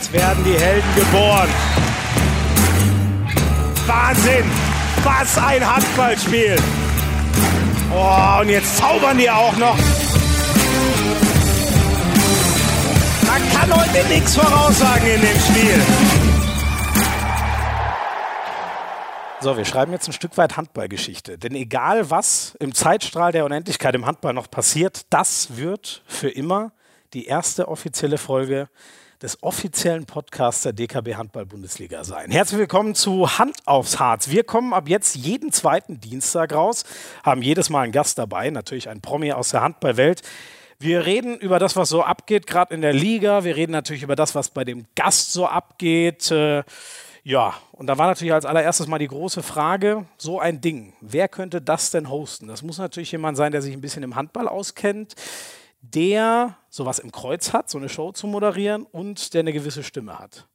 Jetzt werden die Helden geboren. Wahnsinn! Was ein Handballspiel! Oh, und jetzt zaubern die auch noch. Man kann heute nichts voraussagen in dem Spiel. So, wir schreiben jetzt ein Stück weit Handballgeschichte. Denn egal, was im Zeitstrahl der Unendlichkeit im Handball noch passiert, das wird für immer die erste offizielle Folge des offiziellen Podcasts der DKB Handball-Bundesliga sein. Herzlich willkommen zu Hand aufs Harz. Wir kommen ab jetzt jeden zweiten Dienstag raus, haben jedes Mal einen Gast dabei, natürlich ein Promi aus der Handballwelt. Wir reden über das, was so abgeht, gerade in der Liga. Wir reden natürlich über das, was bei dem Gast so abgeht. Ja, und da war natürlich als allererstes mal die große Frage, so ein Ding, wer könnte das denn hosten? Das muss natürlich jemand sein, der sich ein bisschen im Handball auskennt, der sowas im Kreuz hat, so eine Show zu moderieren und der eine gewisse Stimme hat.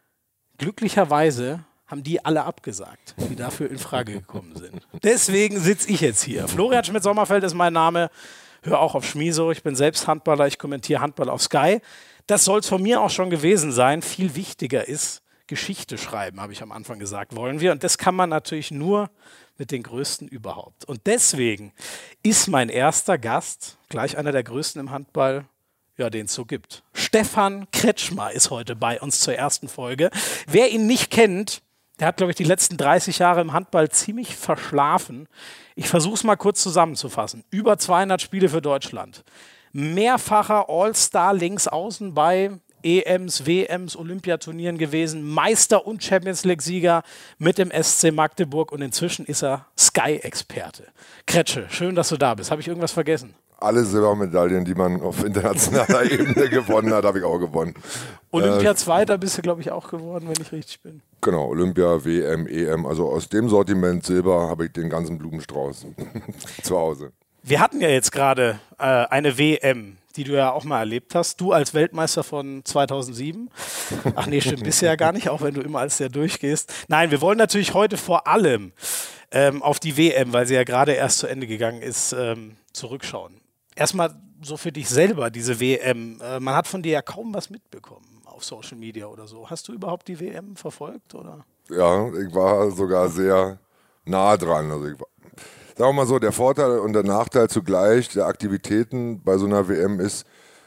Glücklicherweise haben die alle abgesagt, die dafür in Frage gekommen sind. Deswegen sitze ich jetzt hier. Florian Schmidt-Sommerfeld ist mein Name. Hör auch auf Schmieso. Ich bin selbst Handballer. Ich kommentiere Handball auf Sky. Das soll es von mir auch schon gewesen sein. Viel wichtiger ist Geschichte schreiben, habe ich am Anfang gesagt, wollen wir. Und das kann man natürlich nur mit den Größten überhaupt. Und deswegen ist mein erster Gast gleich einer der Größten im Handball, ja, den es so gibt. Stefan Kretschmer ist heute bei uns zur ersten Folge. Wer ihn nicht kennt, der hat, glaube ich, die letzten 30 Jahre im Handball ziemlich verschlafen. Ich versuche es mal kurz zusammenzufassen. Über 200 Spiele für Deutschland. Mehrfacher All-Star links außen bei EMs, WMs, Olympiaturnieren gewesen, Meister- und Champions-League-Sieger mit dem SC Magdeburg und inzwischen ist er Sky-Experte. Kretsche, schön, dass du da bist. Habe ich irgendwas vergessen? Alle Silbermedaillen, die man auf internationaler Ebene gewonnen hat, habe ich auch gewonnen. Olympia-Zweiter bist du, glaube ich, auch geworden, wenn ich richtig bin. Genau, Olympia, WM, EM. Also aus dem Sortiment Silber habe ich den ganzen Blumenstrauß zu Hause. Wir hatten ja jetzt gerade eine WM, die du ja auch mal erlebt hast. Du als Weltmeister von 2007. Ach nee, stimmt, bist du ja gar nicht, auch wenn du immer als der durchgehst. Nein, wir wollen natürlich heute vor allem auf die WM, weil sie ja gerade erst zu Ende gegangen ist, zurückschauen. Erstmal so für dich selber, diese WM. Man hat von dir ja kaum was mitbekommen auf Social Media oder so. Hast du überhaupt die WM verfolgt, oder? Ja, ich war sogar sehr nah dran. Also ich war, sagen wir mal so, der Vorteil und der Nachteil zugleich der Aktivitäten bei so einer WM ist,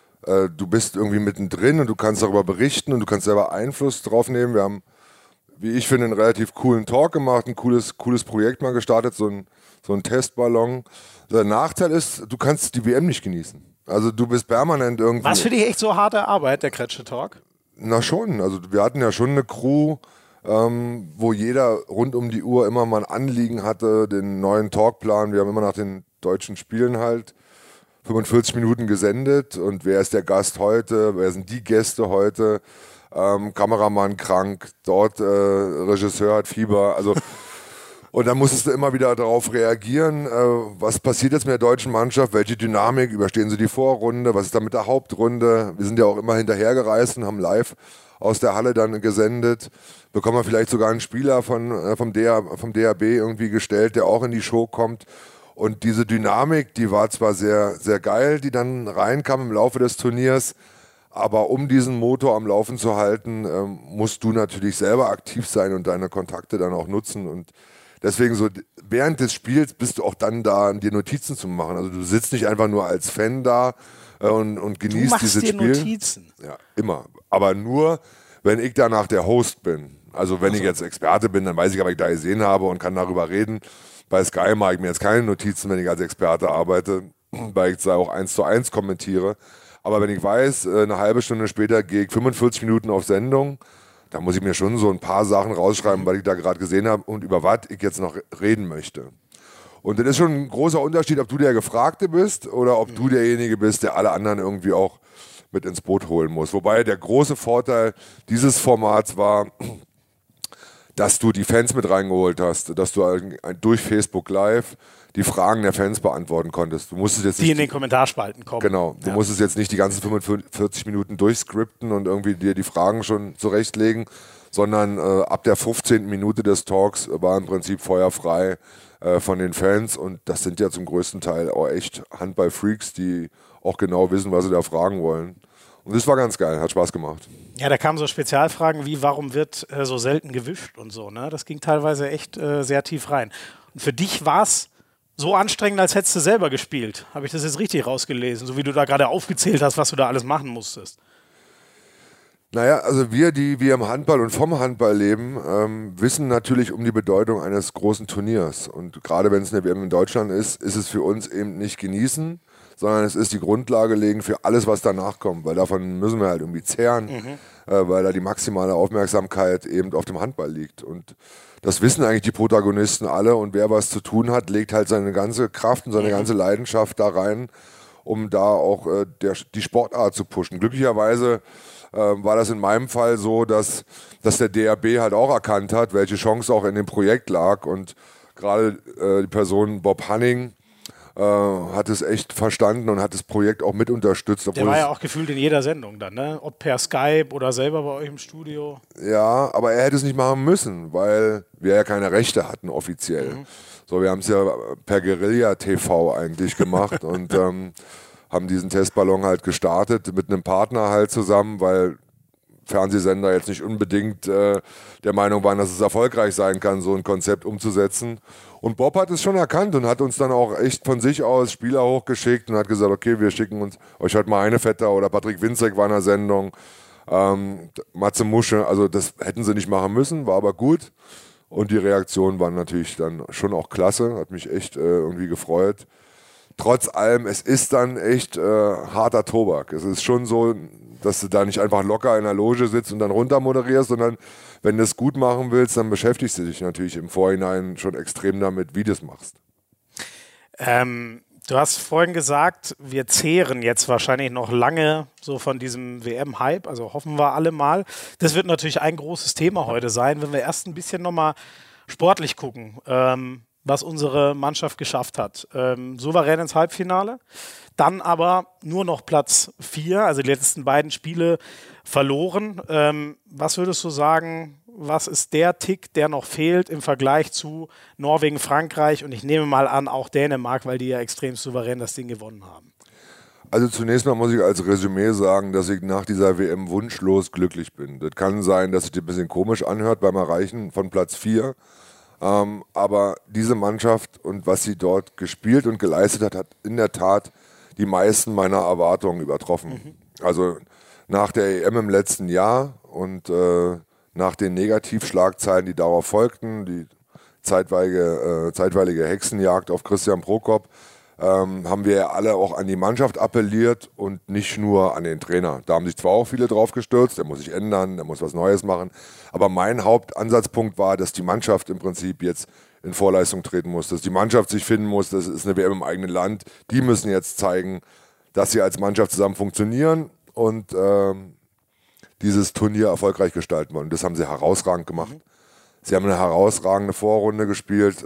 du bist irgendwie mittendrin und du kannst darüber berichten und du kannst selber Einfluss drauf nehmen. Wir haben, wie ich finde, einen relativ coolen Talk gemacht, ein cooles Projekt mal gestartet, so ein Testballon. Der Nachteil ist, du kannst die WM nicht genießen. Also du bist permanent irgendwie... War es für dich echt so harte Arbeit, der Kretsche-Talk? Na schon, also wir hatten ja schon eine Crew, wo jeder rund um die Uhr immer mal ein Anliegen hatte, den neuen Talkplan. Wir haben immer nach den deutschen Spielen halt 45 Minuten gesendet und wer ist der Gast heute, wer sind die Gäste heute, Kameramann krank, dort Regisseur hat Fieber, also und dann musstest du immer wieder darauf reagieren, was passiert jetzt mit der deutschen Mannschaft, welche Dynamik, überstehen sie die Vorrunde, was ist da mit der Hauptrunde, wir sind ja auch immer hinterhergereist und haben live aus der Halle dann gesendet, bekommen wir vielleicht sogar einen Spieler vom DHB irgendwie gestellt, der auch in die Show kommt. Und diese Dynamik, die war zwar sehr, sehr geil, die dann reinkam im Laufe des Turniers, aber um diesen Motor am Laufen zu halten, musst du natürlich selber aktiv sein und deine Kontakte dann auch nutzen. Und deswegen so während des Spiels bist du auch dann da, dir Notizen zu machen. Also du sitzt nicht einfach nur als Fan da und genießt dieses Spiel. Du machst dir Notizen? Ja, immer. Aber nur, wenn ich danach der Host bin. Also wenn ich jetzt Experte bin, dann weiß ich, was ich da gesehen habe und kann darüber reden. Bei Sky mache ich mir jetzt keine Notizen, wenn ich als Experte arbeite, weil ich da auch 1:1 kommentiere. Aber wenn ich weiß, eine halbe Stunde später gehe ich 45 Minuten auf Sendung, dann muss ich mir schon so ein paar Sachen rausschreiben, weil ich da gerade gesehen habe und über was ich jetzt noch reden möchte. Und das ist schon ein großer Unterschied, ob du der Gefragte bist oder ob du derjenige bist, der alle anderen irgendwie auch mit ins Boot holen muss. Wobei der große Vorteil dieses Formats war, dass du die Fans mit reingeholt hast, dass du durch Facebook Live die Fragen der Fans beantworten konntest. Du musstest jetzt die in den Kommentarspalten kommen. Genau, du musstest jetzt nicht die ganzen 45 Minuten durchscripten und irgendwie dir die Fragen schon zurechtlegen, sondern ab der 15. Minute des Talks war im Prinzip feuerfrei von den Fans und das sind ja zum größten Teil auch echt Handball-Freaks, die auch genau wissen, was sie da fragen wollen. Und das war ganz geil, hat Spaß gemacht. Ja, da kamen so Spezialfragen wie, warum wird so selten gewischt und so. Ne? Das ging teilweise echt sehr tief rein. Und für dich war es so anstrengend, als hättest du selber gespielt. Habe ich das jetzt richtig rausgelesen, so wie du da gerade aufgezählt hast, was du da alles machen musstest? Naja, also wir, die wir im Handball und vom Handball leben, wissen natürlich um die Bedeutung eines großen Turniers. Und gerade wenn es eine WM in Deutschland ist, ist es für uns eben nicht genießen, sondern es ist die Grundlage legen für alles, was danach kommt. Weil davon müssen wir halt irgendwie zehren, weil da die maximale Aufmerksamkeit eben auf dem Handball liegt. Und das wissen eigentlich die Protagonisten alle. Und wer was zu tun hat, legt halt seine ganze Kraft und seine ganze Leidenschaft da rein, um da auch die Sportart zu pushen. Glücklicherweise war das in meinem Fall so, dass der DRB halt auch erkannt hat, welche Chance auch in dem Projekt lag. Und gerade die Person Bob Hanning hat es echt verstanden und hat das Projekt auch mit unterstützt. Der war ja auch gefühlt in jeder Sendung dann, ne? Ob per Skype oder selber bei euch im Studio. Ja, aber er hätte es nicht machen müssen, weil wir ja keine Rechte hatten offiziell. So, wir haben es ja per Guerilla-TV eigentlich gemacht und haben diesen Testballon halt gestartet mit einem Partner halt zusammen, weil Fernsehsender jetzt nicht unbedingt der Meinung waren, dass es erfolgreich sein kann, so ein Konzept umzusetzen. Und Bob hat es schon erkannt und hat uns dann auch echt von sich aus Spieler hochgeschickt und hat gesagt, okay, wir schicken euch halt mal Heinevetter oder Patrick Winzek war in der Sendung, Matze Musche, also das hätten sie nicht machen müssen, war aber gut. Und die Reaktionen waren natürlich dann schon auch klasse, hat mich echt irgendwie gefreut. Trotz allem, es ist dann echt harter Tobak. Es ist schon so, dass du da nicht einfach locker in der Loge sitzt und dann runter moderierst, sondern wenn du es gut machen willst, dann beschäftigst du dich natürlich im Vorhinein schon extrem damit, wie du es machst. Du hast vorhin gesagt, wir zehren jetzt wahrscheinlich noch lange so von diesem WM-Hype, also hoffen wir alle mal. Das wird natürlich ein großes Thema heute sein, wenn wir erst ein bisschen nochmal sportlich gucken, was unsere Mannschaft geschafft hat. Souverän ins Halbfinale, dann aber nur noch Platz 4, also die letzten beiden Spiele verloren. Was würdest du sagen, was ist der Tick, der noch fehlt im Vergleich zu Norwegen, Frankreich und ich nehme mal an, auch Dänemark, weil die ja extrem souverän das Ding gewonnen haben? Also zunächst mal muss ich als Resümee sagen, dass ich nach dieser WM wunschlos glücklich bin. Das kann sein, dass es dir ein bisschen komisch anhört beim Erreichen von Platz 4. Aber diese Mannschaft und was sie dort gespielt und geleistet hat, hat in der Tat die meisten meiner Erwartungen übertroffen. Also nach der EM im letzten Jahr und nach den Negativschlagzeilen, die darauf folgten, die zeitweilige Hexenjagd auf Christian Prokop, haben wir ja alle auch an die Mannschaft appelliert und nicht nur an den Trainer. Da haben sich zwar auch viele drauf gestürzt, der muss sich ändern, der muss was Neues machen, aber mein Hauptansatzpunkt war, dass die Mannschaft im Prinzip jetzt in Vorleistung treten muss, dass die Mannschaft sich finden muss, das ist eine WM im eigenen Land, die müssen jetzt zeigen, dass sie als Mannschaft zusammen funktionieren und dieses Turnier erfolgreich gestalten wollen. Das haben sie herausragend gemacht. Sie haben eine herausragende Vorrunde gespielt.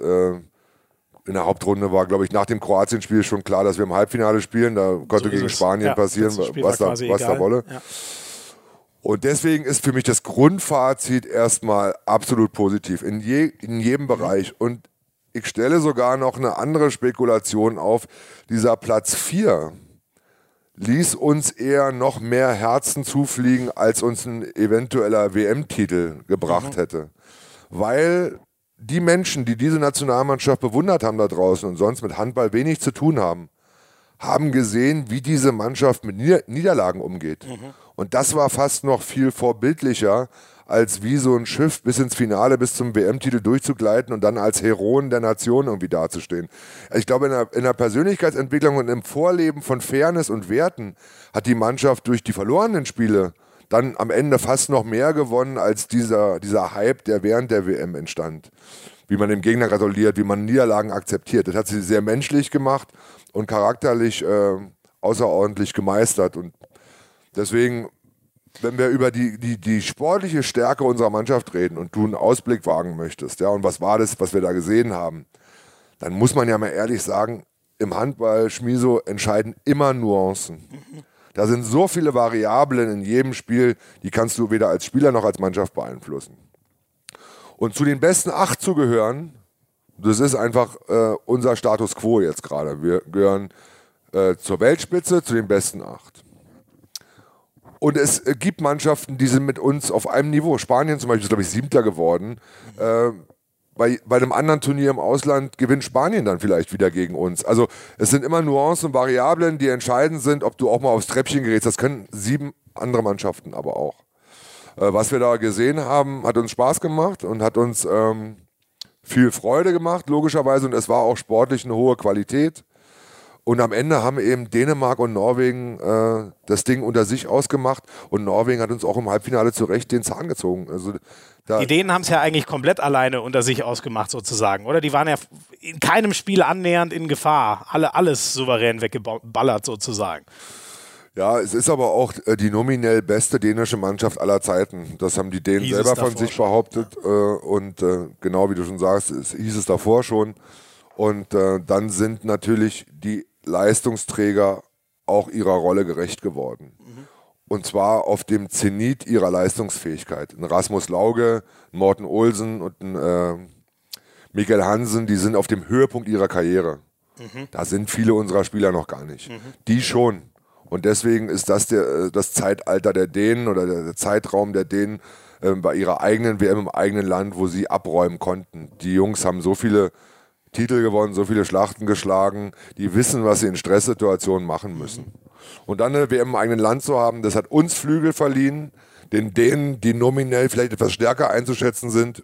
In der Hauptrunde war, glaube ich, nach dem Kroatien-Spiel schon klar, dass wir im Halbfinale spielen. Da konnte so gegen Spanien passieren, was da wolle. Ja. Und deswegen ist für mich das Grundfazit erstmal absolut positiv in jedem Bereich. Und ich stelle sogar noch eine andere Spekulation auf. Dieser Platz 4 ließ uns eher noch mehr Herzen zufliegen, als uns ein eventueller WM-Titel gebracht hätte. Weil die Menschen, die diese Nationalmannschaft bewundert haben da draußen und sonst mit Handball wenig zu tun haben, haben gesehen, wie diese Mannschaft mit Niederlagen umgeht. Und das war fast noch viel vorbildlicher, als wie so ein Schiff bis ins Finale, bis zum WM-Titel durchzugleiten und dann als Heroen der Nation irgendwie dazustehen. Ich glaube, in der Persönlichkeitsentwicklung und im Vorleben von Fairness und Werten hat die Mannschaft durch die verlorenen Spiele dann am Ende fast noch mehr gewonnen als dieser Hype, der während der WM entstand. Wie man dem Gegner gratuliert, wie man Niederlagen akzeptiert. Das hat sie sehr menschlich gemacht und charakterlich außerordentlich gemeistert. Und deswegen, wenn wir über die sportliche Stärke unserer Mannschaft reden und du einen Ausblick wagen möchtest, ja, und was war das, was wir da gesehen haben, dann muss man ja mal ehrlich sagen, im Handball, Schmiso, entscheiden immer Nuancen. Da sind so viele Variablen in jedem Spiel, die kannst du weder als Spieler noch als Mannschaft beeinflussen. Und zu den besten 8 zu gehören, das ist einfach unser Status quo jetzt gerade. Wir gehören zur Weltspitze, zu den besten 8. Und es gibt Mannschaften, die sind mit uns auf einem Niveau. Spanien zum Beispiel ist, glaube ich, 7. geworden. Bei einem anderen Turnier im Ausland gewinnt Spanien dann vielleicht wieder gegen uns. Also es sind immer Nuancen und Variablen, die entscheidend sind, ob du auch mal aufs Treppchen gerätst. Das können 7 andere Mannschaften aber auch. Was wir da gesehen haben, hat uns Spaß gemacht und hat uns viel Freude gemacht, logischerweise. Und es war auch sportlich eine hohe Qualität. Und am Ende haben eben Dänemark und Norwegen das Ding unter sich ausgemacht. Und Norwegen hat uns auch im Halbfinale zu Recht den Zahn gezogen. Also die Dänen haben es ja eigentlich komplett alleine unter sich ausgemacht sozusagen, oder? Die waren ja in keinem Spiel annähernd in Gefahr. Alles souverän weggeballert sozusagen. Ja, es ist aber auch die nominell beste dänische Mannschaft aller Zeiten. Das haben die Dänen selber von sich behauptet. Und genau wie du schon sagst, hieß es davor schon. Und dann sind natürlich die Leistungsträger auch ihrer Rolle gerecht geworden. Und zwar auf dem Zenit ihrer Leistungsfähigkeit. Ein Rasmus Lauge, ein Morten Olsen und ein Mikkel Hansen, die sind auf dem Höhepunkt ihrer Karriere. Da sind viele unserer Spieler noch gar nicht. Die schon. Und deswegen ist das das Zeitalter der Dänen oder der Zeitraum der Dänen bei ihrer eigenen WM im eigenen Land, wo sie abräumen konnten. Die Jungs haben so viele Titel gewonnen, so viele Schlachten geschlagen, die wissen, was sie in Stresssituationen machen müssen. Und dann eine WM im eigenen Land zu haben, das hat uns Flügel verliehen, den Dänen, die nominell vielleicht etwas stärker einzuschätzen sind,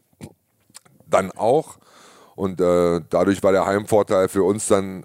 dann auch. Und dadurch war der Heimvorteil für uns dann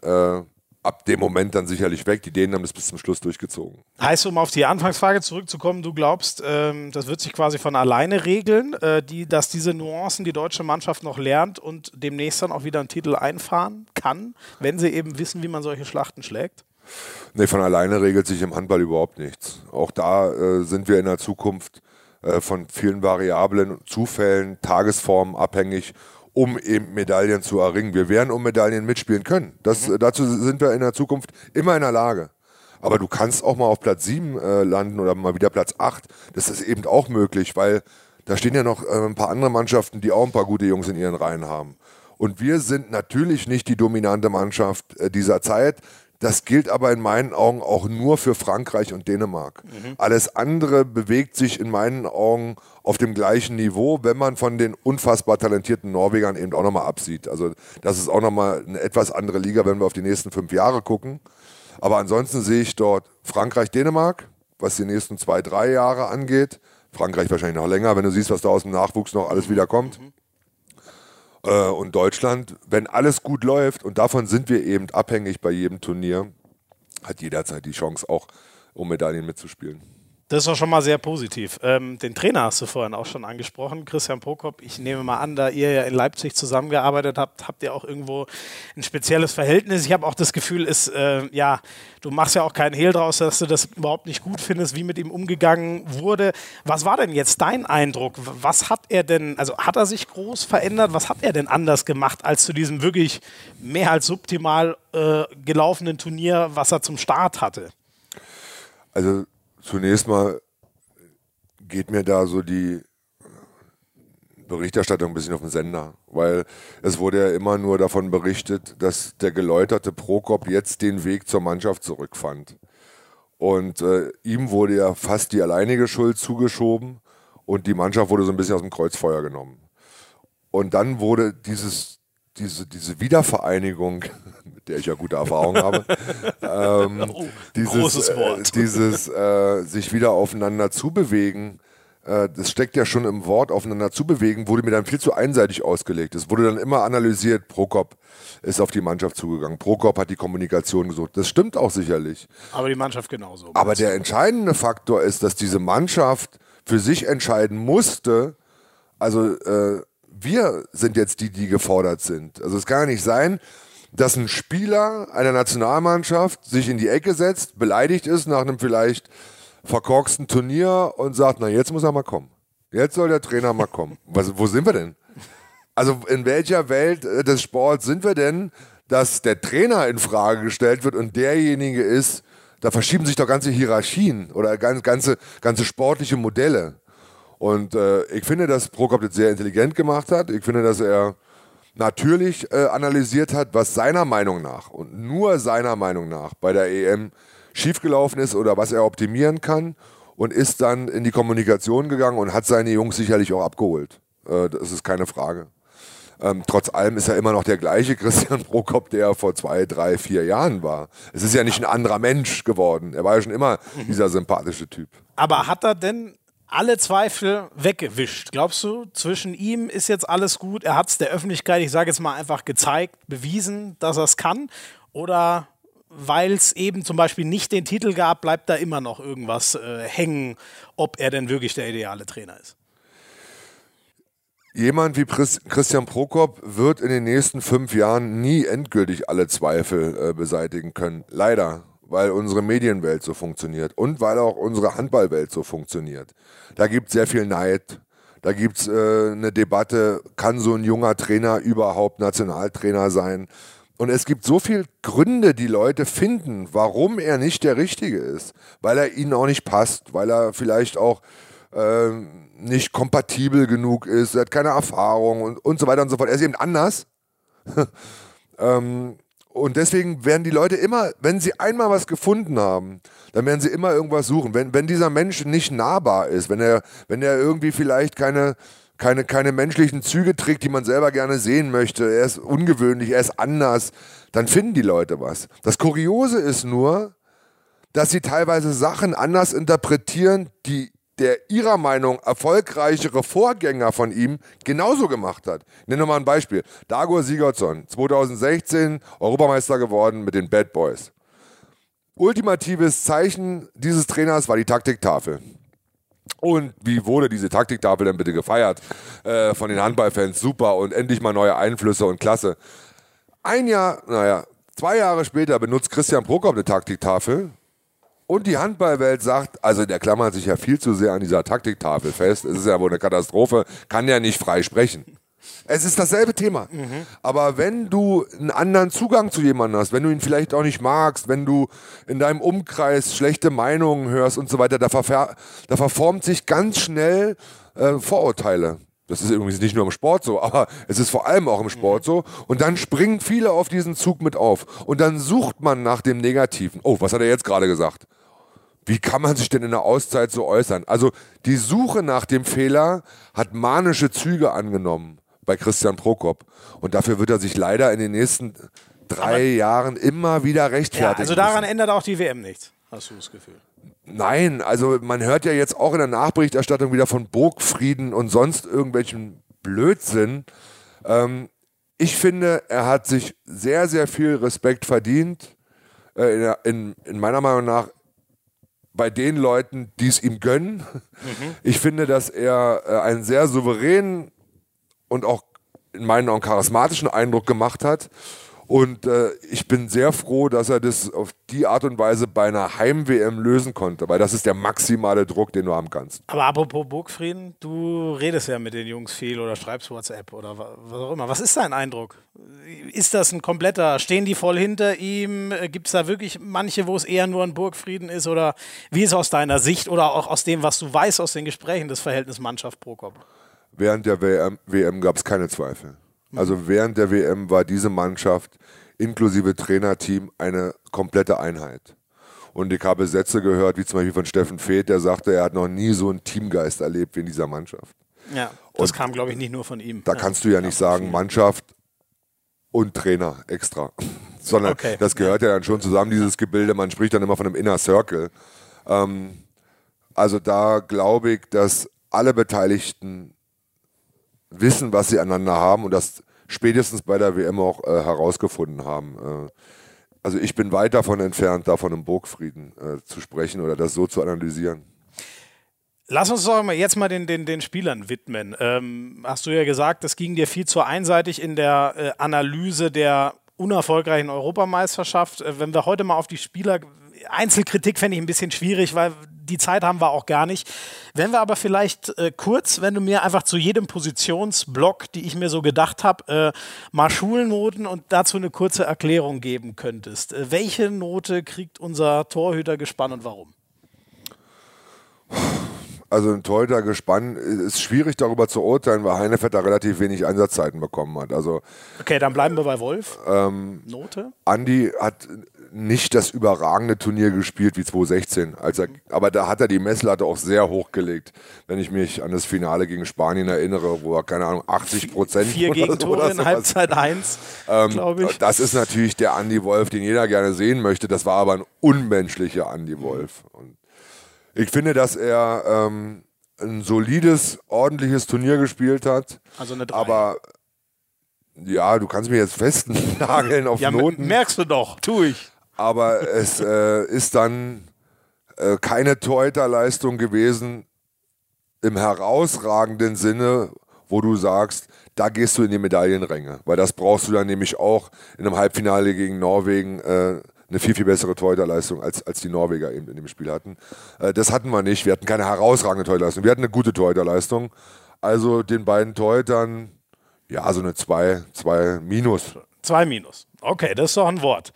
ab dem Moment dann sicherlich weg. Die Dänen haben das bis zum Schluss durchgezogen. Heißt, um auf die Anfangsfrage zurückzukommen, du glaubst, das wird sich quasi von alleine regeln, dass diese Nuancen die deutsche Mannschaft noch lernt und demnächst dann auch wieder einen Titel einfahren kann, wenn sie eben wissen, wie man solche Schlachten schlägt? Nee, von alleine regelt sich im Handball überhaupt nichts. Auch da sind wir in der Zukunft von vielen Variablen, Zufällen, Tagesformen abhängig, um eben Medaillen zu erringen. Wir werden um Medaillen mitspielen können. Dazu sind wir in der Zukunft immer in der Lage. Aber du kannst auch mal auf Platz 7 landen oder mal wieder Platz 8. Das ist eben auch möglich, weil da stehen ja noch ein paar andere Mannschaften, die auch ein paar gute Jungs in ihren Reihen haben. Und wir sind natürlich nicht die dominante Mannschaft dieser Zeit. Das gilt aber in meinen Augen auch nur für Frankreich und Dänemark. Alles andere bewegt sich in meinen Augen auf dem gleichen Niveau, wenn man von den unfassbar talentierten Norwegern eben auch nochmal absieht. Also das ist auch nochmal eine etwas andere Liga, wenn wir auf die nächsten 5 Jahre gucken. Aber ansonsten sehe ich dort Frankreich, Dänemark, was die nächsten 2, 3 Jahre angeht. Frankreich wahrscheinlich noch länger, wenn du siehst, was da aus dem Nachwuchs noch alles wieder kommt. Und Deutschland, wenn alles gut läuft, und davon sind wir eben abhängig bei jedem Turnier, hat jederzeit die Chance auch, um Medaillen mitzuspielen. Das ist doch schon mal sehr positiv. Den Trainer hast du vorhin auch schon angesprochen, Christian Prokop. Ich nehme mal an, da ihr ja in Leipzig zusammengearbeitet habt, habt ihr auch irgendwo ein spezielles Verhältnis. Ich habe auch das Gefühl, du machst ja auch keinen Hehl draus, dass du das überhaupt nicht gut findest, wie mit ihm umgegangen wurde. Was war denn jetzt dein Eindruck? Was hat er denn, also hat er sich groß verändert? Was hat er denn anders gemacht als zu diesem wirklich mehr als suboptimal gelaufenen Turnier, was er zum Start hatte? Also zunächst mal geht mir da so die Berichterstattung ein bisschen auf den Sender, weil es wurde ja immer nur davon berichtet, dass der geläuterte Prokop jetzt den Weg zur Mannschaft zurückfand. Und ihm wurde ja fast die alleinige Schuld zugeschoben und die Mannschaft wurde so ein bisschen aus dem Kreuzfeuer genommen. Und dann wurde diese Wiedervereinigung, mit der ich ja gute Erfahrungen habe, großes Wort. sich wieder aufeinander zubewegen, das steckt ja schon im Wort aufeinander zubewegen, wurde mir dann viel zu einseitig ausgelegt. Es wurde dann immer analysiert, Prokop ist auf die Mannschaft zugegangen, Prokop hat die Kommunikation gesucht. Das stimmt auch sicherlich. Aber die Mannschaft genauso. Aber der entscheidende Faktor ist, dass diese Mannschaft für sich entscheiden musste, also wir sind jetzt die gefordert sind. Also es kann ja nicht sein, dass ein Spieler einer Nationalmannschaft sich in die Ecke setzt, beleidigt ist nach einem vielleicht verkorksten Turnier und sagt, na jetzt muss er mal kommen. Jetzt soll der Trainer mal kommen. Wo sind wir denn? Also in welcher Welt des Sports sind wir denn, dass der Trainer in Frage gestellt wird und derjenige ist, da verschieben sich doch ganze Hierarchien oder ganze sportliche Modelle. Und ich finde, dass Prokop das sehr intelligent gemacht hat. Ich finde, dass er natürlich analysiert hat, was seiner Meinung nach und nur seiner Meinung nach bei der EM schiefgelaufen ist oder was er optimieren kann. und ist dann in die Kommunikation gegangen und hat seine Jungs sicherlich auch abgeholt. Das ist keine Frage. Trotz allem ist er immer noch der gleiche Christian Prokop, der vor 2, 3, 4 Jahren war. Es ist ja nicht ein anderer Mensch geworden. Er war ja schon immer dieser sympathische Typ. Aber hat er denn alle Zweifel weggewischt? Glaubst du, zwischen ihm ist jetzt alles gut? Er hat es der Öffentlichkeit, ich sage jetzt mal einfach gezeigt, bewiesen, dass er es kann? Oder weil es eben zum Beispiel nicht den Titel gab, bleibt da immer noch irgendwas hängen, ob er denn wirklich der ideale Trainer ist? Jemand wie Christian Prokop wird in den nächsten 5 Jahren nie endgültig alle Zweifel beseitigen können. Leider, weil unsere Medienwelt so funktioniert und weil auch unsere Handballwelt so funktioniert. Da gibt es sehr viel Neid. Da gibt es eine Debatte, kann so ein junger Trainer überhaupt Nationaltrainer sein? Und es gibt so viele Gründe, die Leute finden, warum er nicht der Richtige ist. Weil er ihnen auch nicht passt, weil er vielleicht auch nicht kompatibel genug ist, er hat keine Erfahrung und so weiter und so fort. Er ist eben anders. Und deswegen werden die Leute immer, wenn sie einmal was gefunden haben, dann werden sie immer irgendwas suchen. Wenn dieser Mensch nicht nahbar ist, wenn er irgendwie vielleicht keine menschlichen Züge trägt, die man selber gerne sehen möchte, er ist ungewöhnlich, er ist anders, dann finden die Leute was. Das Kuriose ist nur, dass sie teilweise Sachen anders interpretieren, die der ihrer Meinung erfolgreichere Vorgänger von ihm genauso gemacht hat. Ich nenne nochmal ein Beispiel. Dagur Sigurdsson, 2016 Europameister geworden mit den Bad Boys. Ultimatives Zeichen dieses Trainers war die Taktiktafel. Und wie wurde diese Taktiktafel denn bitte gefeiert von den Handballfans? Super und endlich mal neue Einflüsse und klasse. 2 Jahre später benutzt Christian Prokop eine Taktiktafel. Und die Handballwelt sagt, also der klammert sich ja viel zu sehr an dieser Taktiktafel fest. Es ist ja wohl eine Katastrophe, kann ja nicht frei sprechen. Es ist dasselbe Thema. Aber wenn du einen anderen Zugang zu jemandem hast, wenn du ihn vielleicht auch nicht magst, wenn du in deinem Umkreis schlechte Meinungen hörst und so weiter, da verformt sich ganz schnell Vorurteile. Das ist übrigens nicht nur im Sport so, aber es ist vor allem auch im Sport so. Und dann springen viele auf diesen Zug mit auf. Und dann sucht man nach dem Negativen. Oh, was hat er jetzt gerade gesagt? Wie kann man sich denn in der Auszeit so äußern? Also die Suche nach dem Fehler hat manische Züge angenommen bei Christian Prokop. Und dafür wird er sich leider in den nächsten 3 Jahren immer wieder rechtfertigen. Ja, also daran ändert auch die WM nichts, hast du das Gefühl? Nein, also man hört ja jetzt auch in der Nachberichterstattung wieder von Burgfrieden und sonst irgendwelchen Blödsinn. Ich finde, er hat sich sehr, sehr viel Respekt verdient, in meiner Meinung nach, bei den Leuten, die es ihm gönnen. Ich finde, dass er einen sehr souveränen und auch in meinen Augen charismatischen Eindruck gemacht hat. Und ich bin sehr froh, dass er das auf die Art und Weise bei einer Heim-WM lösen konnte, weil das ist der maximale Druck, den du haben kannst. Aber apropos Burgfrieden, du redest ja mit den Jungs viel oder schreibst WhatsApp oder was auch immer. Was ist dein Eindruck? Ist das ein kompletter, stehen die voll hinter ihm? Gibt es da wirklich manche, wo es eher nur ein Burgfrieden ist? Oder wie ist aus deiner Sicht oder auch aus dem, was du weißt aus den Gesprächen, das Verhältnis Mannschaft-Prokop? Während der WM gab es keine Zweifel. Also während der WM war diese Mannschaft inklusive Trainerteam eine komplette Einheit. Und ich habe Sätze gehört, wie zum Beispiel von Steffen Feeth, der sagte, er hat noch nie so einen Teamgeist erlebt wie in dieser Mannschaft. Ja, das kam, glaube ich, nicht nur von ihm. Da kannst du ja nicht sagen, Mannschaft und Trainer extra. Sondern das gehört ja dann schon zusammen, dieses Gebilde. Man spricht dann immer von einem Inner Circle. Also da glaube ich, dass alle Beteiligten wissen, was sie aneinander haben und das spätestens bei der WM auch herausgefunden haben. Also ich bin weit davon entfernt, da von einem Burgfrieden zu sprechen oder das so zu analysieren. Lass uns doch jetzt mal den Spielern widmen. Hast du ja gesagt, das ging dir viel zu einseitig in der Analyse der unerfolgreichen Europameisterschaft. Wenn wir heute mal auf die Spieler... Einzelkritik fände ich ein bisschen schwierig, weil die Zeit haben wir auch gar nicht. Wenn wir aber vielleicht kurz, wenn du mir einfach zu jedem Positionsblock, die ich mir so gedacht habe, mal Schulnoten und dazu eine kurze Erklärung geben könntest. Welche Note kriegt unser Torhütergespann und warum? Also ein Torhüter-Gespann ist schwierig darüber zu urteilen, weil Heinefeld da relativ wenig Einsatzzeiten bekommen hat. Also, okay, dann bleiben wir bei Wolf. Note? Andi hat nicht das überragende Turnier gespielt wie 2016. Aber da hat er die Messlatte auch sehr hochgelegt. Wenn ich mich an das Finale gegen Spanien erinnere, wo er, keine Ahnung, 80%. 4 Gegentore in Halbzeit 1, glaube ich. Das ist natürlich der Andi Wolf, den jeder gerne sehen möchte. Das war aber ein unmenschlicher Andi Wolf. Und ich finde, dass er ein solides, ordentliches Turnier gespielt hat. Also eine 3. Aber ja, du kannst mich jetzt festnageln auf Noten. Merkst du doch, tue ich. Aber es ist dann keine Torhüterleistung gewesen im herausragenden Sinne, wo du sagst, da gehst du in die Medaillenränge. Weil das brauchst du dann nämlich auch in einem Halbfinale gegen Norwegen eine viel, viel bessere Torhüterleistung, als die Norweger eben in dem Spiel hatten. Das hatten wir nicht. Wir hatten keine herausragende Torhüterleistung. Wir hatten eine gute Torhüterleistung. Also den beiden Torhütern, ja, so eine 2 minus. 2 minus. Okay, das ist doch ein Wort.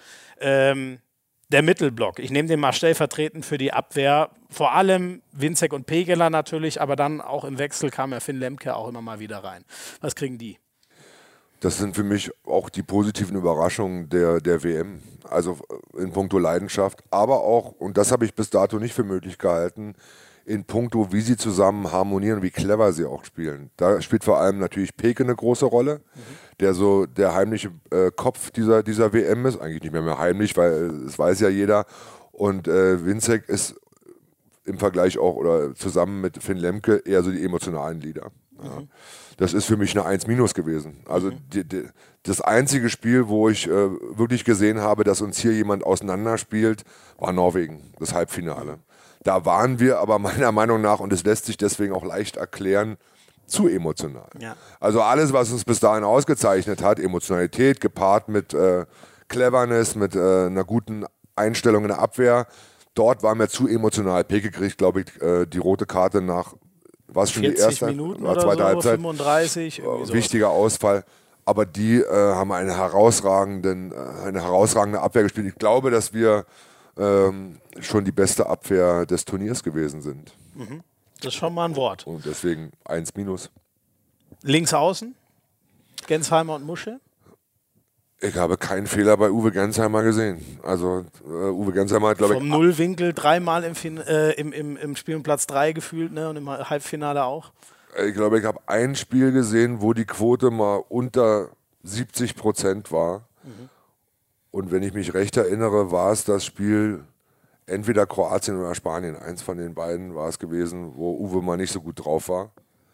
Der Mittelblock, ich nehme den mal stellvertretend für die Abwehr, vor allem Winzek und Pegeler natürlich, aber dann auch im Wechsel kam ja Finn Lemke auch immer mal wieder rein. Was kriegen die? Das sind für mich auch die positiven Überraschungen der WM, also in puncto Leidenschaft, aber auch, und das habe ich bis dato nicht für möglich gehalten, in puncto, wie sie zusammen harmonieren, wie clever sie auch spielen. Da spielt vor allem natürlich Peke eine große Rolle, der so der heimliche Kopf dieser WM ist. Eigentlich nicht mehr heimlich, weil es weiß ja jeder. Und Winzek ist im Vergleich auch oder zusammen mit Finn Lemke eher so die emotionalen Leader. Ja. Das ist für mich eine 1 minus gewesen. Also das einzige Spiel, wo ich wirklich gesehen habe, dass uns hier jemand auseinanderspielt, war Norwegen, das Halbfinale. Da waren wir aber meiner Meinung nach, und es lässt sich deswegen auch leicht erklären, zu emotional. Ja. Also alles, was uns bis dahin ausgezeichnet hat, Emotionalität gepaart mit Cleverness, mit einer guten Einstellung in der Abwehr, dort waren wir zu emotional. Peke kriegt, glaube ich, die rote Karte nach, was schon die erste Minuten war, oder zweite so, Halbzeit. 35. Wichtiger Ausfall. Aber die haben eine herausragende Abwehr gespielt. Ich glaube, dass wir schon die beste Abwehr des Turniers gewesen sind. Das ist schon mal ein Wort. Und deswegen 1 minus. Links außen, Gensheimer und Musche. Ich habe keinen Fehler bei Uwe Gensheimer gesehen. Also Uwe Gensheimer hat, glaube ich... Vom Nullwinkel 3-mal im Spiel um Platz 3 gefühlt, ne? Und im Halbfinale auch. Ich glaube, ich habe ein Spiel gesehen, wo die Quote mal unter 70% war. Und wenn ich mich recht erinnere, war es das Spiel entweder Kroatien oder Spanien. Eins von den beiden war es gewesen, wo Uwe mal nicht so gut drauf war.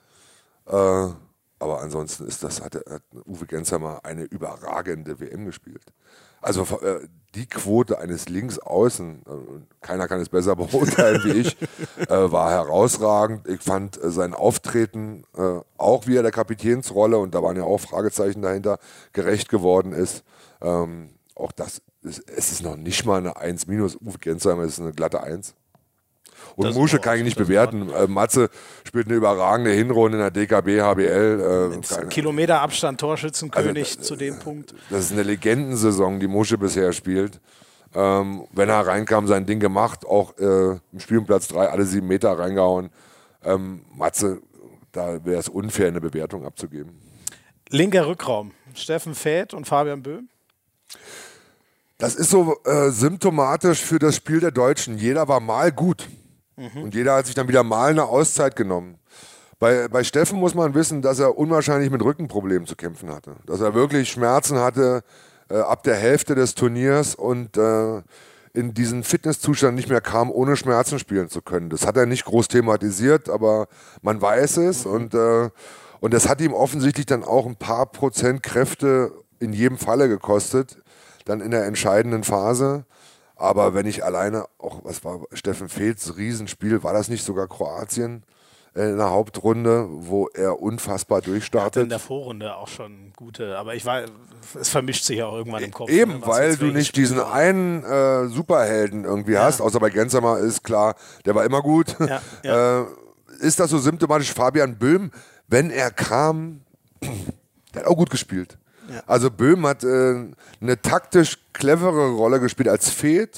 Aber ansonsten hat Uwe Gensheimer eine überragende WM gespielt. Also die Quote eines Linksaußen, keiner kann es besser beurteilen wie ich, war herausragend. Ich fand sein Auftreten, auch wie er der Kapitänsrolle, und da waren ja auch Fragezeichen dahinter, gerecht geworden ist. Auch das, es ist noch nicht mal eine 1 minus. Uwe Gensheimer ist eine glatte 1. Und Musche kann ich nicht bewerten. Matze spielt eine überragende Hinrunde in der DKB, HBL. Kilometerabstand, Torschützenkönig zu dem Punkt. Das ist eine Legendensaison, die Musche bisher spielt. Wenn er reinkam, sein Ding gemacht, auch im Spiel um Platz 3 alle 7 Meter reingehauen. Matze, da wäre es unfair, eine Bewertung abzugeben. Linker Rückraum, Steffen Väth und Fabian Böhm. Das ist so symptomatisch für das Spiel der Deutschen. Jeder war mal gut. Und jeder hat sich dann wieder mal eine Auszeit genommen. Bei Steffen muss man wissen, dass er unwahrscheinlich mit Rückenproblemen zu kämpfen hatte. Dass er wirklich Schmerzen hatte ab der Hälfte des Turniers und in diesen Fitnesszustand nicht mehr kam, ohne Schmerzen spielen zu können. Das hat er nicht groß thematisiert, aber man weiß es. Und das hat ihm offensichtlich dann auch ein paar Prozent Kräfte in jedem Falle gekostet, dann in der entscheidenden Phase. Aber wenn ich alleine, auch was war Steffen Väths Riesenspiel, war das nicht sogar Kroatien in der Hauptrunde, wo er unfassbar durchstartet? Er hatte in der Vorrunde auch schon gute, aber es vermischt sich ja auch irgendwann im Kopf. Eben, weil du nicht diesen einen Superhelden irgendwie hast, außer bei Gensheimer ist klar, der war immer gut. Ist das so symptomatisch? Fabian Böhm, wenn er kam, der hat auch gut gespielt. Ja. Also Böhm hat eine taktisch clevere Rolle gespielt als Väth,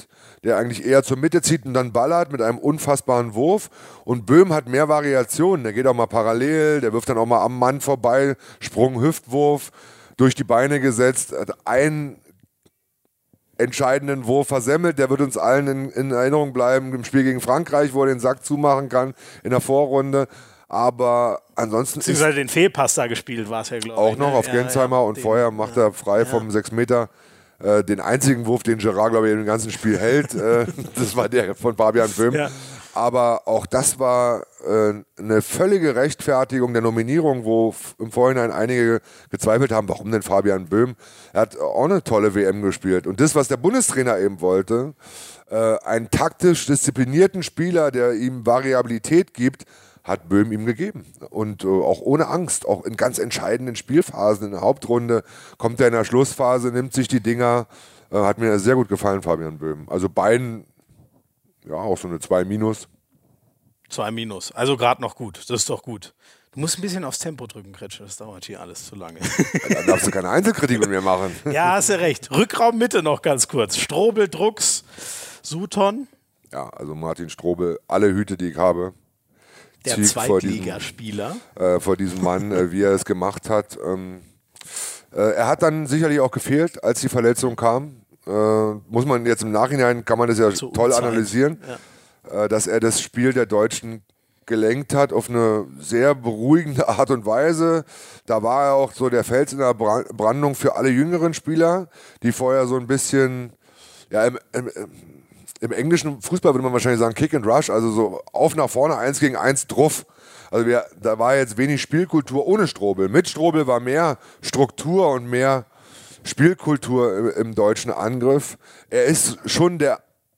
der eigentlich eher zur Mitte zieht und dann ballert mit einem unfassbaren Wurf. Und Böhm hat mehr Variationen. Der geht auch mal parallel, der wirft dann auch mal am Mann vorbei, Sprung, Hüftwurf, durch die Beine gesetzt, hat einen entscheidenden Wurf versemmelt. Der wird uns allen in Erinnerung bleiben im Spiel gegen Frankreich, wo er den Sack zumachen kann in der Vorrunde. Aber ansonsten beziehungsweise den Fehlpass da gespielt war es ja, glaube ich. Auch noch auf Gensheimer und vorher macht er frei vom 6 Meter den einzigen Wurf, den Gerard, glaube ich, im ganzen Spiel hält. Das war der von Fabian Böhm. Ja. Aber auch das war eine völlige Rechtfertigung der Nominierung, wo im Vorhinein einige gezweifelt haben, warum denn Fabian Böhm? Er hat auch eine tolle WM gespielt. Und das, was der Bundestrainer eben wollte, einen taktisch disziplinierten Spieler, der ihm Variabilität gibt, hat Böhm ihm gegeben. Und auch ohne Angst, auch in ganz entscheidenden Spielphasen, in der Hauptrunde, kommt er in der Schlussphase, nimmt sich die Dinger. Hat mir sehr gut gefallen, Fabian Böhm. Also beiden, ja, auch so eine 2-. 2-, also gerade noch gut, das ist doch gut. Du musst ein bisschen aufs Tempo drücken, Kretsche, das dauert hier alles zu lange. Ja, dann darfst du keine Einzelkritik mit mir machen. Ja, hast du recht. Rückraum Mitte noch ganz kurz. Strobel, Drucks, Sutton. Ja, also Martin Strobel, alle Hüte, die ich habe. Der Zweitligaspieler. Vor diesem Mann, wie er es gemacht hat. Er hat dann sicherlich auch gefehlt, als die Verletzung kam. Muss man jetzt im Nachhinein, kann man das ja toll analysieren, dass er das Spiel der Deutschen gelenkt hat auf eine sehr beruhigende Art und Weise. Da war er auch so der Fels in der Brandung für alle jüngeren Spieler, die vorher so ein bisschen, ja, im englischen Fußball würde man wahrscheinlich sagen Kick and Rush, also so auf nach vorne, 1 gegen 1 drauf. Also da war jetzt wenig Spielkultur ohne Strobel. Mit Strobel war mehr Struktur und mehr Spielkultur im deutschen Angriff. Er ist schon der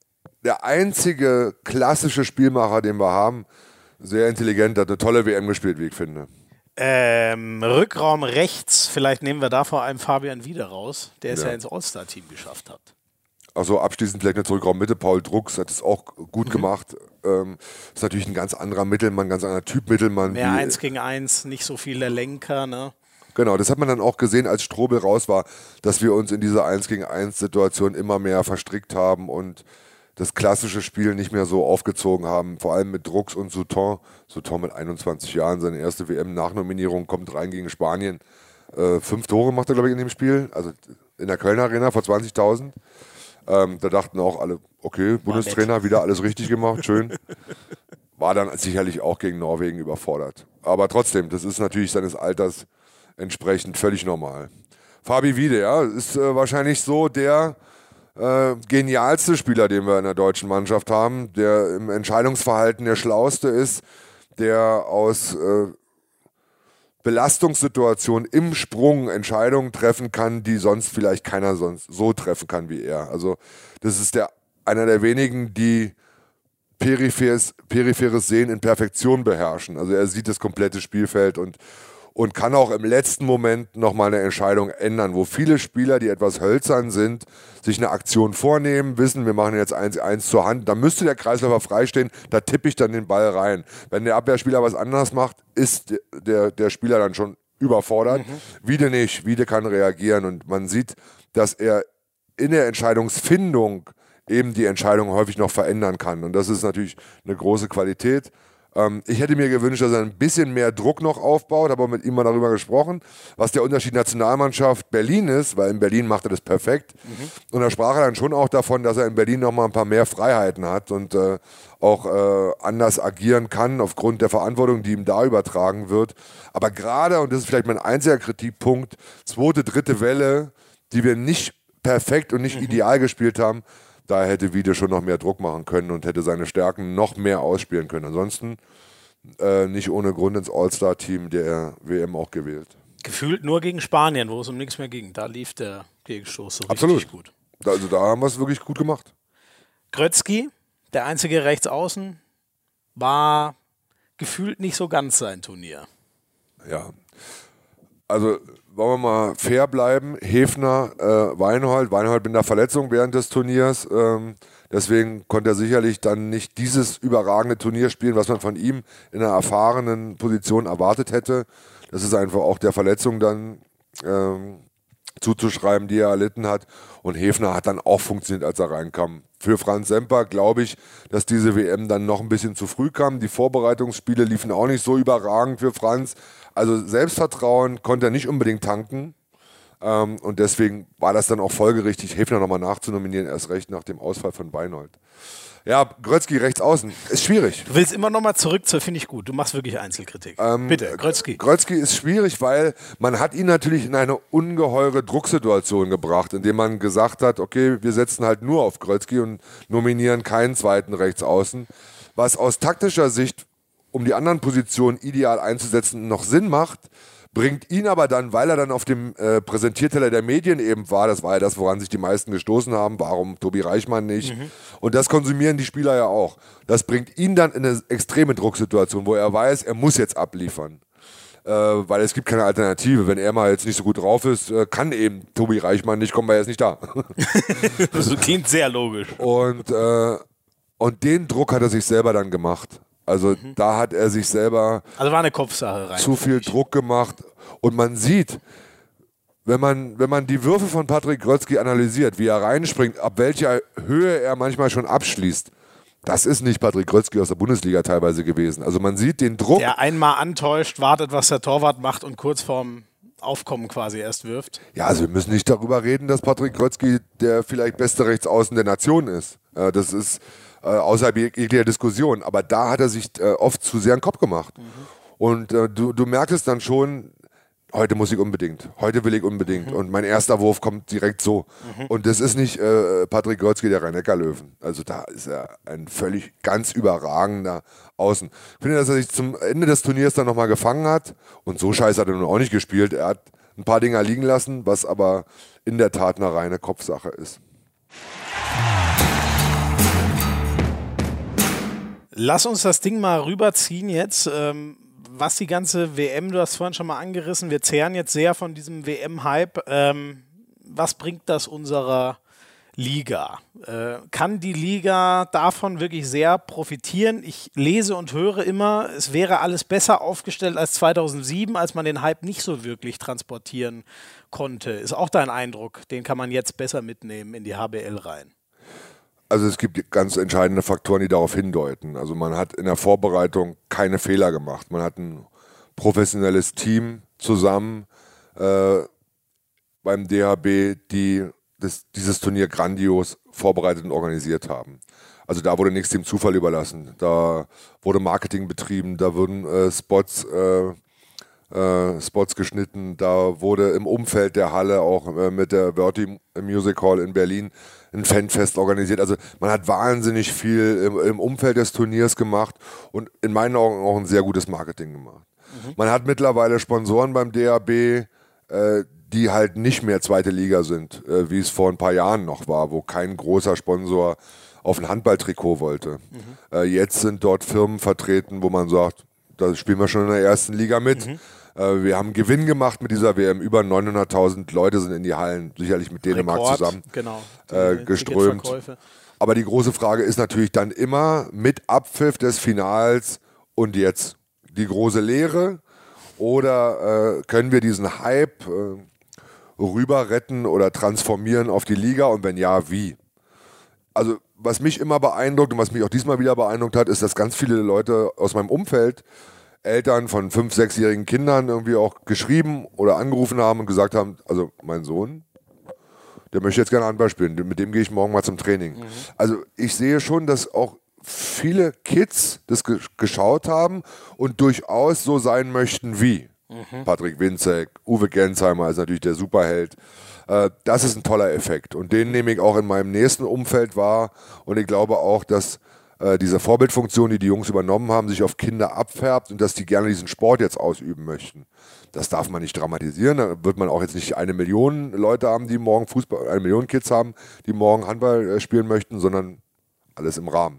einzige klassische Spielmacher, den wir haben. Sehr intelligent, hat eine tolle WM gespielt, wie ich finde. Rückraum rechts, vielleicht nehmen wir da vor allem Fabian Wieder raus, der es ja ins All-Star-Team geschafft hat. Also abschließend vielleicht eine Zurückraummitte. Paul Drucks hat es auch gut gemacht. Ist natürlich ein ganz anderer Mittelmann, ganz anderer Typ Mittelmann. Mehr 1 gegen 1, nicht so viel der Lenker, ne? Genau, das hat man dann auch gesehen, als Strobel raus war, dass wir uns in dieser 1 gegen 1 Situation immer mehr verstrickt haben und das klassische Spiel nicht mehr so aufgezogen haben. Vor allem mit Drucks und Sutton. Sutton mit 21 Jahren, seine erste WM-Nachnominierung, kommt rein gegen Spanien. 5 Tore macht er, glaube ich, in dem Spiel. Also in der Kölner Arena vor 20.000. Da dachten auch alle, okay, Bundestrainer, wieder alles richtig gemacht, schön. War dann sicherlich auch gegen Norwegen überfordert. Aber trotzdem, das ist natürlich seines Alters entsprechend völlig normal. Fabi Wiede, ja, ist wahrscheinlich so der genialste Spieler, den wir in der deutschen Mannschaft haben, der im Entscheidungsverhalten der Schlauste ist, der aus Belastungssituationen im Sprung Entscheidungen treffen kann, die sonst vielleicht keiner sonst so treffen kann wie er. Also das ist einer der wenigen, die peripheres Sehen in Perfektion beherrschen. Also er sieht das komplette Spielfeld und kann auch im letzten Moment nochmal eine Entscheidung ändern, wo viele Spieler, die etwas hölzern sind, sich eine Aktion vornehmen, wissen, wir machen jetzt 1-1 zur Hand, da müsste der Kreisläufer freistehen, da tippe ich dann den Ball rein. Wenn der Abwehrspieler was anderes macht, ist der Spieler dann schon überfordert. Wiede nicht, Wiede kann reagieren und man sieht, dass er in der Entscheidungsfindung eben die Entscheidung häufig noch verändern kann und das ist natürlich eine große Qualität. Ich hätte mir gewünscht, dass er ein bisschen mehr Druck noch aufbaut, habe auch mit ihm mal darüber gesprochen, was der Unterschied Nationalmannschaft Berlin ist, weil in Berlin macht er das perfekt. Und da sprach er dann schon auch davon, dass er in Berlin noch mal ein paar mehr Freiheiten hat und auch anders agieren kann aufgrund der Verantwortung, die ihm da übertragen wird. Aber gerade, und das ist vielleicht mein einziger Kritikpunkt, 2., 3. Welle, die wir nicht perfekt und nicht ideal gespielt haben, da hätte Wiede schon noch mehr Druck machen können und hätte seine Stärken noch mehr ausspielen können. Ansonsten nicht ohne Grund ins All-Star-Team der WM auch gewählt. Gefühlt nur gegen Spanien, wo es um nichts mehr ging. Da lief der Gegenstoß so richtig gut. Also da haben wir es wirklich gut gemacht. Grötzky, der einzige Rechtsaußen, war gefühlt nicht so ganz sein Turnier. Ja, also wollen wir mal fair bleiben. Hefner, Weinhold mit einer Verletzung während des Turniers. Deswegen konnte er sicherlich dann nicht dieses überragende Turnier spielen, was man von ihm in einer erfahrenen Position erwartet hätte. Das ist einfach auch der Verletzung dann zuzuschreiben, die er erlitten hat. Und Häfner hat dann auch funktioniert, als er reinkam. Für Franz Semper glaube ich, dass diese WM dann noch ein bisschen zu früh kam. Die Vorbereitungsspiele liefen auch nicht so überragend für Franz. Also Selbstvertrauen konnte er nicht unbedingt tanken. Und deswegen war das dann auch folgerichtig, Häfner nochmal nachzunominieren, erst recht nach dem Ausfall von Beinold. Ja, Grötzky rechts außen, ist schwierig. Du willst immer noch mal zurück zu, finde ich gut. Du machst wirklich Einzelkritik. Bitte, Grötzky. Grötzky ist schwierig, weil man hat ihn natürlich in eine ungeheure Drucksituation gebracht, indem man gesagt hat, okay, wir setzen halt nur auf Grötzky und nominieren keinen zweiten rechts außen. Was aus taktischer Sicht, um die anderen Positionen ideal einzusetzen, noch Sinn macht, bringt ihn aber dann, weil er dann auf dem Präsentierteller der Medien eben war, das war ja das, woran sich die meisten gestoßen haben, warum Tobi Reichmann nicht, und das konsumieren die Spieler ja auch. Das bringt ihn dann in eine extreme Drucksituation, wo er weiß, er muss jetzt abliefern, weil es gibt keine Alternative. Wenn er mal jetzt nicht so gut drauf ist, kann eben Tobi Reichmann nicht, kommen wir jetzt nicht da. Das klingt sehr logisch. Und den Druck hat er sich selber dann gemacht. Also da hat er sich selber war eine Kopfsache rein, zu viel Druck gemacht. Und man sieht, wenn man die Würfe von Patrick Grötzky analysiert, wie er reinspringt, ab welcher Höhe er manchmal schon abschließt, das ist nicht Patrick Grötzky aus der Bundesliga teilweise gewesen. Also man sieht den Druck. Der einmal antäuscht, wartet, was der Torwart macht und kurz vorm Aufkommen quasi erst wirft. Ja, also wir müssen nicht darüber reden, dass Patrick Grötzky der vielleicht beste Rechtsaußen der Nation ist. Das ist außerhalb jeglicher Diskussion. Aber da hat er sich oft zu sehr einen Kopf gemacht. Und du merkst es dann schon, heute muss ich unbedingt, heute will ich unbedingt. Und mein erster Wurf kommt direkt so. Und das ist nicht Patrick Grötzky, der Rhein-Neckar-Löwen. Also da ist er ein völlig ganz überragender Außen. Ich finde, dass er sich zum Ende des Turniers dann nochmal gefangen hat. Und so scheiße hat er nun auch nicht gespielt. Er hat ein paar Dinger liegen lassen, was aber in der Tat eine reine Kopfsache ist. Lass uns das Ding mal rüberziehen jetzt. Was die ganze WM, du hast vorhin schon mal angerissen, wir zehren jetzt sehr von diesem WM-Hype. Was bringt das unserer Liga? Kann die Liga davon wirklich sehr profitieren? Ich lese und höre immer, es wäre alles besser aufgestellt als 2007, als man den Hype nicht so wirklich transportieren konnte. Ist auch dein Eindruck? Den kann man jetzt besser mitnehmen in die HBL rein. Also es gibt ganz entscheidende Faktoren, die darauf hindeuten. Also man hat in der Vorbereitung keine Fehler gemacht. Man hat ein professionelles Team zusammen beim DHB, die dieses Turnier grandios vorbereitet und organisiert haben. Also da wurde nichts dem Zufall überlassen. Da wurde Marketing betrieben, da wurden Spots geschnitten, da wurde im Umfeld der Halle auch mit der Wörthi Music Hall in Berlin ein Fanfest organisiert. Also man hat wahnsinnig viel im Umfeld des Turniers gemacht und in meinen Augen auch ein sehr gutes Marketing gemacht. Man hat mittlerweile Sponsoren beim DHB, die halt nicht mehr zweite Liga sind, wie es vor ein paar Jahren noch war, wo kein großer Sponsor auf ein Handballtrikot wollte. Jetzt sind dort Firmen vertreten, wo man sagt, da spielen wir schon in der ersten Liga mit. Wir haben Gewinn gemacht mit dieser WM. Über 900.000 Leute sind in die Hallen, sicherlich mit Dänemark Rekord, zusammen, genau, geströmt. Aber die große Frage ist natürlich dann immer mit Abpfiff des Finals und jetzt die große Lehre oder können wir diesen Hype rüber retten oder transformieren auf die Liga und wenn ja, wie? Also was mich immer beeindruckt und was mich auch diesmal wieder beeindruckt hat, ist, dass ganz viele Leute aus meinem Umfeld, Eltern von 5-, 6-jährigen Kindern irgendwie auch geschrieben oder angerufen haben und gesagt haben, also mein Sohn, der möchte jetzt gerne Handball spielen, mit dem gehe ich morgen mal zum Training. Also ich sehe schon, dass auch viele Kids das geschaut haben und durchaus so sein möchten wie Patrick Winzek, Uwe Gensheimer ist natürlich der Superheld. Das ist ein toller Effekt und den nehme ich auch in meinem nächsten Umfeld wahr und ich glaube auch, dass diese Vorbildfunktion, die die Jungs übernommen haben, sich auf Kinder abfärbt und dass die gerne diesen Sport jetzt ausüben möchten. Das darf man nicht dramatisieren, da wird man auch jetzt nicht 1 Million Leute haben, die morgen Fußball, 1 Million Kids haben, die morgen Handball spielen möchten, sondern alles im Rahmen.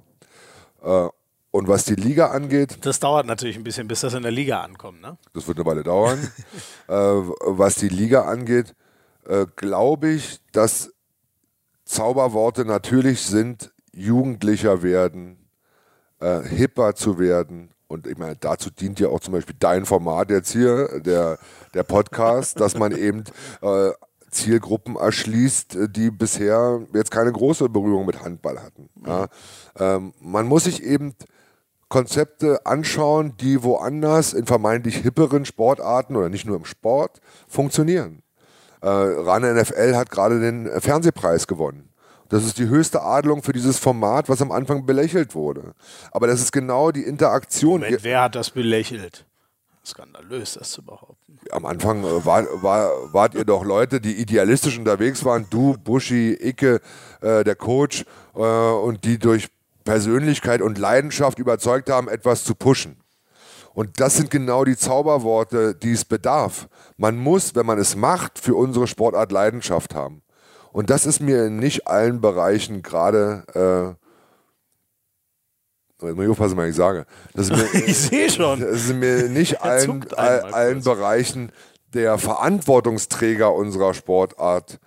Und was die Liga angeht... Das dauert natürlich ein bisschen, bis das in der Liga ankommt, ne? Das wird eine Weile dauern. Was die Liga angeht, glaube ich, dass Zauberworte natürlich sind, jugendlicher werden, hipper zu werden. Und ich meine, dazu dient ja auch zum Beispiel dein Format jetzt hier, der Podcast, dass man eben Zielgruppen erschließt, die bisher jetzt keine große Berührung mit Handball hatten. Ja. Man muss sich eben Konzepte anschauen, die woanders in vermeintlich hipperen Sportarten oder nicht nur im Sport funktionieren. RAN NFL hat gerade den Fernsehpreis gewonnen. Das ist die höchste Adelung für dieses Format, was am Anfang belächelt wurde. Aber das ist genau die Interaktion. Moment, wer hat das belächelt? Skandalös, das zu behaupten. Am Anfang wart ihr doch Leute, die idealistisch unterwegs waren. Du, Buschi, Icke, der Coach und die durch Persönlichkeit und Leidenschaft überzeugt haben, etwas zu pushen. Und das sind genau die Zauberworte, die es bedarf. Man muss, wenn man es macht, für unsere Sportart Leidenschaft haben. Und das ist mir in nicht allen Bereichen gerade, jetzt muss ich aufpassen, was ich sage. Ich sehe schon. Das ist mir nicht allen Bereichen der Verantwortungsträger unserer Sportart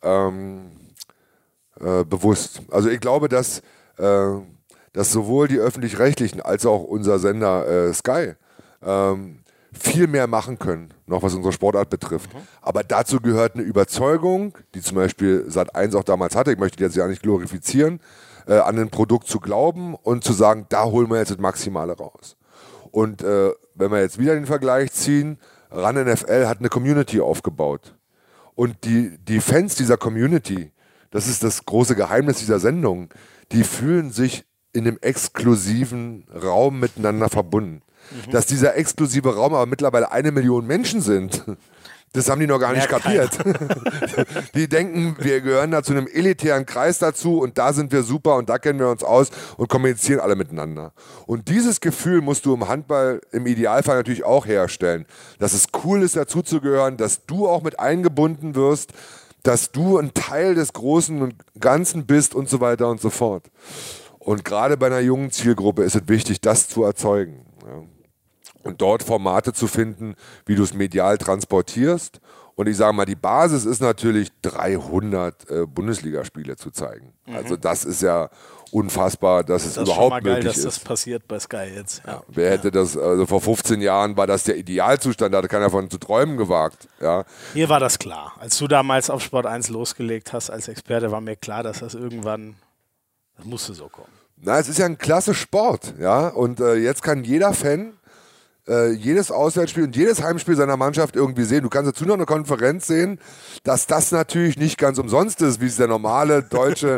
bewusst. Also ich glaube, dass sowohl die Öffentlich-Rechtlichen als auch unser Sender Sky viel mehr machen können, noch was unsere Sportart betrifft. Aber dazu gehört eine Überzeugung, die zum Beispiel Sat.1 auch damals hatte, ich möchte die jetzt ja nicht glorifizieren, an ein Produkt zu glauben und zu sagen, da holen wir jetzt das Maximale raus. Und wenn wir jetzt wieder den Vergleich ziehen, RAN NFL hat eine Community aufgebaut. Und die Fans dieser Community, das ist das große Geheimnis dieser Sendung, die fühlen sich in einem exklusiven Raum miteinander verbunden. Dass dieser exklusive Raum aber mittlerweile 1 Million Menschen sind, das haben die noch gar nicht kapiert. Die denken, wir gehören da zu einem elitären Kreis dazu und da sind wir super und da kennen wir uns aus und kommunizieren alle miteinander. Und dieses Gefühl musst du im Handball im Idealfall natürlich auch herstellen, dass es cool ist, dazuzugehören, dass du auch mit eingebunden wirst, dass du ein Teil des Großen und Ganzen bist und so weiter und so fort. Und gerade bei einer jungen Zielgruppe ist es wichtig, das zu erzeugen. Ja. Und dort Formate zu finden, wie du es medial transportierst. Und ich sage mal, die Basis ist natürlich 300 Bundesligaspiele zu zeigen. Also das ist ja unfassbar, dass es überhaupt möglich ist. Das ist schon mal geil, dass das passiert bei Sky jetzt. Ja. Wer hätte das, also vor 15 Jahren war das der Idealzustand, da hatte keiner von zu träumen gewagt. Ja. Mir war das klar. Als du damals auf Sport 1 losgelegt hast als Experte, war mir klar, dass das irgendwann, das musste so kommen. Na, es ist ja ein klasse Sport, ja. Und jetzt kann jeder Fan jedes Auswärtsspiel und jedes Heimspiel seiner Mannschaft irgendwie sehen. Du kannst dazu noch eine Konferenz sehen, dass das natürlich nicht ganz umsonst ist, wie es der normale deutsche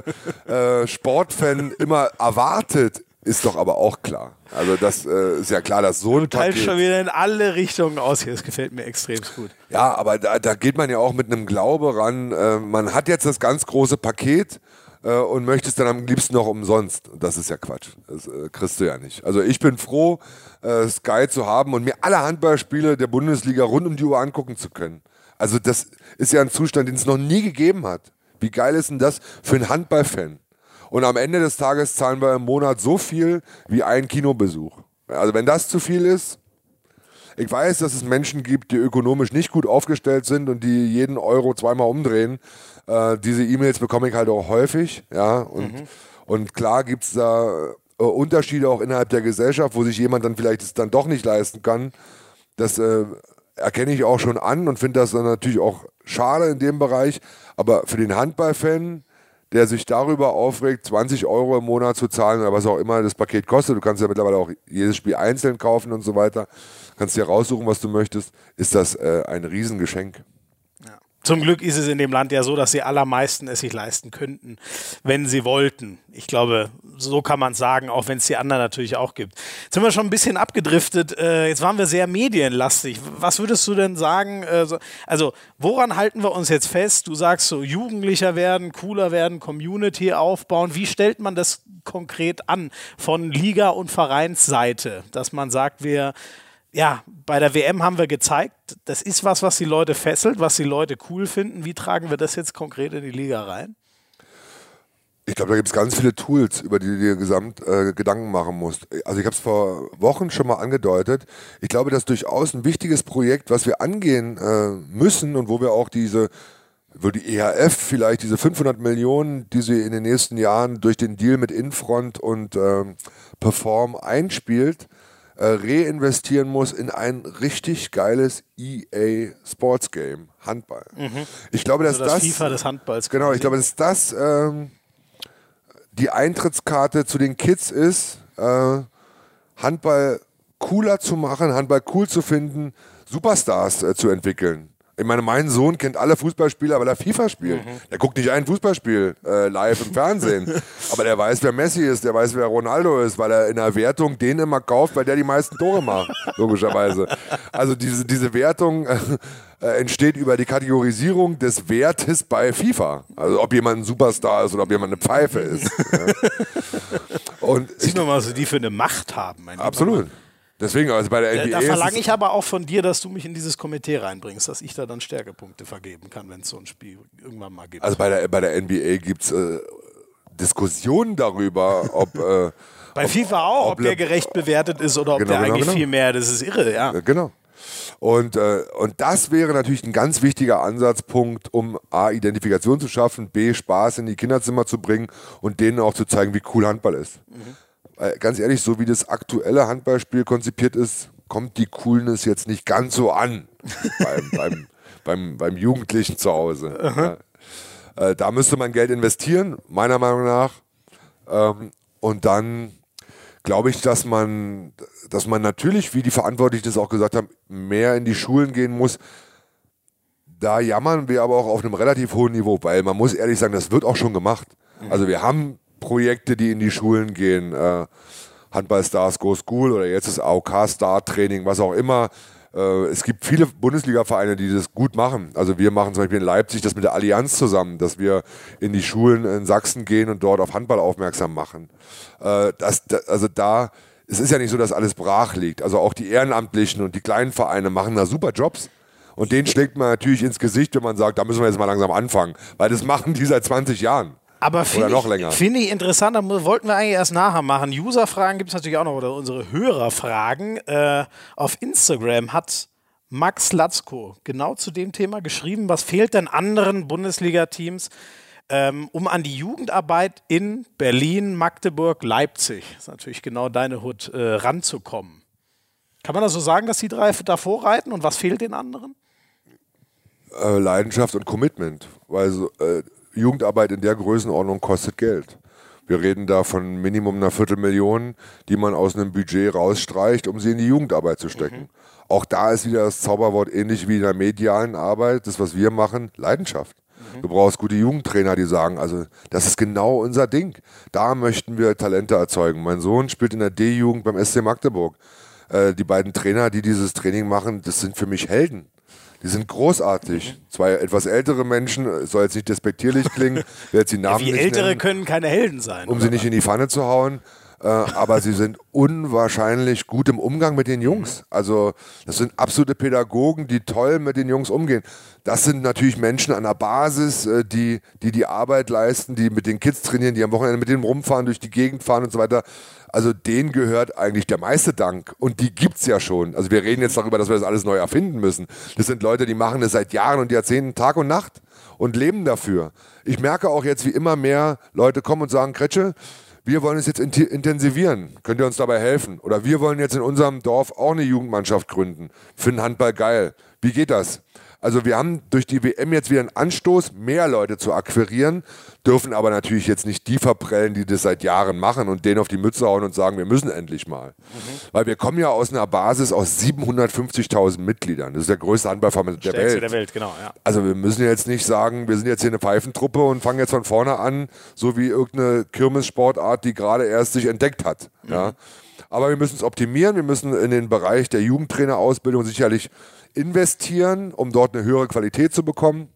Sportfan immer erwartet, ist doch aber auch klar. Also das ist ja klar, dass so ein Paket... Du teilst schon wieder in alle Richtungen aus hier, das gefällt mir extrem gut. Ja, aber da geht man ja auch mit einem Glaube ran. Man hat jetzt das ganz große Paket und möchte es dann am liebsten noch umsonst. Das ist ja Quatsch. Das kriegst du ja nicht. Also ich bin froh, Sky zu haben und mir alle Handballspiele der Bundesliga rund um die Uhr angucken zu können. Also das ist ja ein Zustand, den es noch nie gegeben hat. Wie geil ist denn das für einen Handballfan? Und am Ende des Tages zahlen wir im Monat so viel wie ein Kinobesuch. Also wenn das zu viel ist, ich weiß, dass es Menschen gibt, die ökonomisch nicht gut aufgestellt sind und die jeden Euro zweimal umdrehen. Diese E-Mails bekomme ich halt auch häufig. Ja? Und klar gibt es da Unterschiede auch innerhalb der Gesellschaft, wo sich jemand dann vielleicht es dann doch nicht leisten kann. Das erkenne ich auch schon an und finde das dann natürlich auch schade in dem Bereich. Aber für den Handballfan, der sich darüber aufregt, 20 Euro im Monat zu zahlen oder was auch immer das Paket kostet, du kannst ja mittlerweile auch jedes Spiel einzeln kaufen und so weiter, kannst dir raussuchen, was du möchtest, ist das ein Riesengeschenk. Ja. Zum Glück ist es in dem Land ja so, dass die allermeisten es sich leisten könnten, wenn sie wollten. Ich glaube, so kann man es sagen, auch wenn es die anderen natürlich auch gibt. Jetzt sind wir schon ein bisschen abgedriftet. Jetzt waren wir sehr medienlastig. Was würdest du denn sagen? Also, woran halten wir uns jetzt fest? Du sagst so, jugendlicher werden, cooler werden, Community aufbauen. Wie stellt man das konkret an von Liga- und Vereinsseite? Dass man sagt, bei der WM haben wir gezeigt, das ist was die Leute fesselt, was die Leute cool finden. Wie tragen wir das jetzt konkret in die Liga rein? Ich glaube, da gibt es ganz viele Tools, über die du dir gesamt Gedanken machen musst. Also ich habe es vor Wochen schon mal angedeutet. Ich glaube, das ist durchaus ein wichtiges Projekt, was wir angehen müssen und wo wir auch die EHF vielleicht diese 500 Millionen, die sie in den nächsten Jahren durch den Deal mit Infront und Perform einspielt, reinvestieren muss in ein richtig geiles EA Sports Game, Handball. Ich glaube, dass das FIFA des Handballs. Genau, ich glaube, dass das die Eintrittskarte zu den Kids ist, Handball cooler zu machen, Handball cool zu finden, Superstars zu entwickeln. Ich meine, mein Sohn kennt alle Fußballspieler, weil er FIFA spielt. Der guckt nicht ein Fußballspiel live im Fernsehen. Aber der weiß, wer Messi ist, der weiß, wer Ronaldo ist, weil er in der Wertung den immer kauft, weil der die meisten Tore macht, logischerweise. Also diese Wertung entsteht über die Kategorisierung des Wertes bei FIFA. Also ob jemand ein Superstar ist oder ob jemand eine Pfeife ist. Und sieh mal, was die für eine Macht haben. Mein absolut. Deswegen, also bei der NBA. Da verlange ich aber auch von dir, dass du mich in dieses Komitee reinbringst, dass ich da dann Stärkepunkte vergeben kann, wenn es so ein Spiel irgendwann mal gibt. Also bei der NBA gibt es Diskussionen darüber, ob. Bei FIFA auch, ob der gerecht bewertet ist oder ob der eigentlich viel mehr. Das ist irre, ja. Genau. Und das wäre natürlich ein ganz wichtiger Ansatzpunkt, um A, Identifikation zu schaffen, B, Spaß in die Kinderzimmer zu bringen und denen auch zu zeigen, wie cool Handball ist. Ganz ehrlich, so wie das aktuelle Handballspiel konzipiert ist, kommt die Coolness jetzt nicht ganz so an beim Jugendlichen zu Hause. Ja. Da müsste man Geld investieren, meiner Meinung nach. Und dann glaube ich, dass man natürlich, wie die Verantwortlichen das auch gesagt haben, mehr in die Schulen gehen muss. Da jammern wir aber auch auf einem relativ hohen Niveau, weil man muss ehrlich sagen, das wird auch schon gemacht. Also wir haben Projekte, die in die Schulen gehen, Handball-Stars Go School oder jetzt das AOK-Star-Training, was auch immer. Es gibt viele Bundesliga-Vereine, die das gut machen. Also wir machen zum Beispiel in Leipzig das mit der Allianz zusammen, dass wir in die Schulen in Sachsen gehen und dort auf Handball aufmerksam machen. Es ist ja nicht so, dass alles brach liegt. Also auch die Ehrenamtlichen und die kleinen Vereine machen da super Jobs. Und denen schlägt man natürlich ins Gesicht, wenn man sagt, da müssen wir jetzt mal langsam anfangen. Weil das machen die seit 20 Jahren. Aber finde ich interessant, da wollten wir eigentlich erst nachher machen. User-Fragen gibt es natürlich auch noch, oder unsere Hörerfragen. Auf Instagram hat Max Latzko genau zu dem Thema geschrieben, was fehlt denn anderen Bundesliga-Teams, um an die Jugendarbeit in Berlin, Magdeburg, Leipzig, das ist natürlich genau deine Hut, ranzukommen. Kann man das so sagen, dass die drei davor reiten und was fehlt den anderen? Leidenschaft und Commitment, weil Jugendarbeit in der Größenordnung kostet Geld. Wir reden da von Minimum einer Viertelmillion, die man aus einem Budget rausstreicht, um sie in die Jugendarbeit zu stecken. Auch da ist wieder das Zauberwort ähnlich wie in der medialen Arbeit, das, was wir machen, Leidenschaft. Du brauchst gute Jugendtrainer, die sagen, also das ist genau unser Ding. Da möchten wir Talente erzeugen. Mein Sohn spielt in der D-Jugend beim SC Magdeburg. Die beiden Trainer, die dieses Training machen, das sind für mich Helden. Die sind großartig. Zwei etwas ältere Menschen, es soll jetzt nicht despektierlich klingen, wer jetzt die Namen wie nicht Ältere nennen, können keine Helden sein. Um sie nicht in die Pfanne zu hauen. Aber sie sind unwahrscheinlich gut im Umgang mit den Jungs. Also das sind absolute Pädagogen, die toll mit den Jungs umgehen. Das sind natürlich Menschen an der Basis, die Arbeit leisten, die mit den Kids trainieren, die am Wochenende mit denen rumfahren, durch die Gegend fahren und so weiter. Also denen gehört eigentlich der meiste Dank. Und die gibt's ja schon. Also wir reden jetzt darüber, dass wir das alles neu erfinden müssen. Das sind Leute, die machen das seit Jahren und Jahrzehnten Tag und Nacht und leben dafür. Ich merke auch jetzt, wie immer mehr Leute kommen und sagen, Kretsche, wir wollen es jetzt intensivieren. Könnt ihr uns dabei helfen? Oder wir wollen jetzt in unserem Dorf auch eine Jugendmannschaft gründen. Finden Handball geil. Wie geht das? Also wir haben durch die WM jetzt wieder einen Anstoß, mehr Leute zu akquirieren, dürfen aber natürlich jetzt nicht die verprellen, die das seit Jahren machen und denen auf die Mütze hauen und sagen, wir müssen endlich mal. Weil wir kommen ja aus einer Basis aus 750.000 Mitgliedern. Das ist der größte Handballverband der Welt. Genau, ja. Also wir müssen jetzt nicht sagen, wir sind jetzt hier eine Pfeifentruppe und fangen jetzt von vorne an, so wie irgendeine Kirmessportart, die gerade erst sich entdeckt hat. Ja. Aber wir müssen es optimieren, wir müssen in den Bereich der Jugendtrainerausbildung sicherlich investieren, um dort eine höhere Qualität zu bekommen.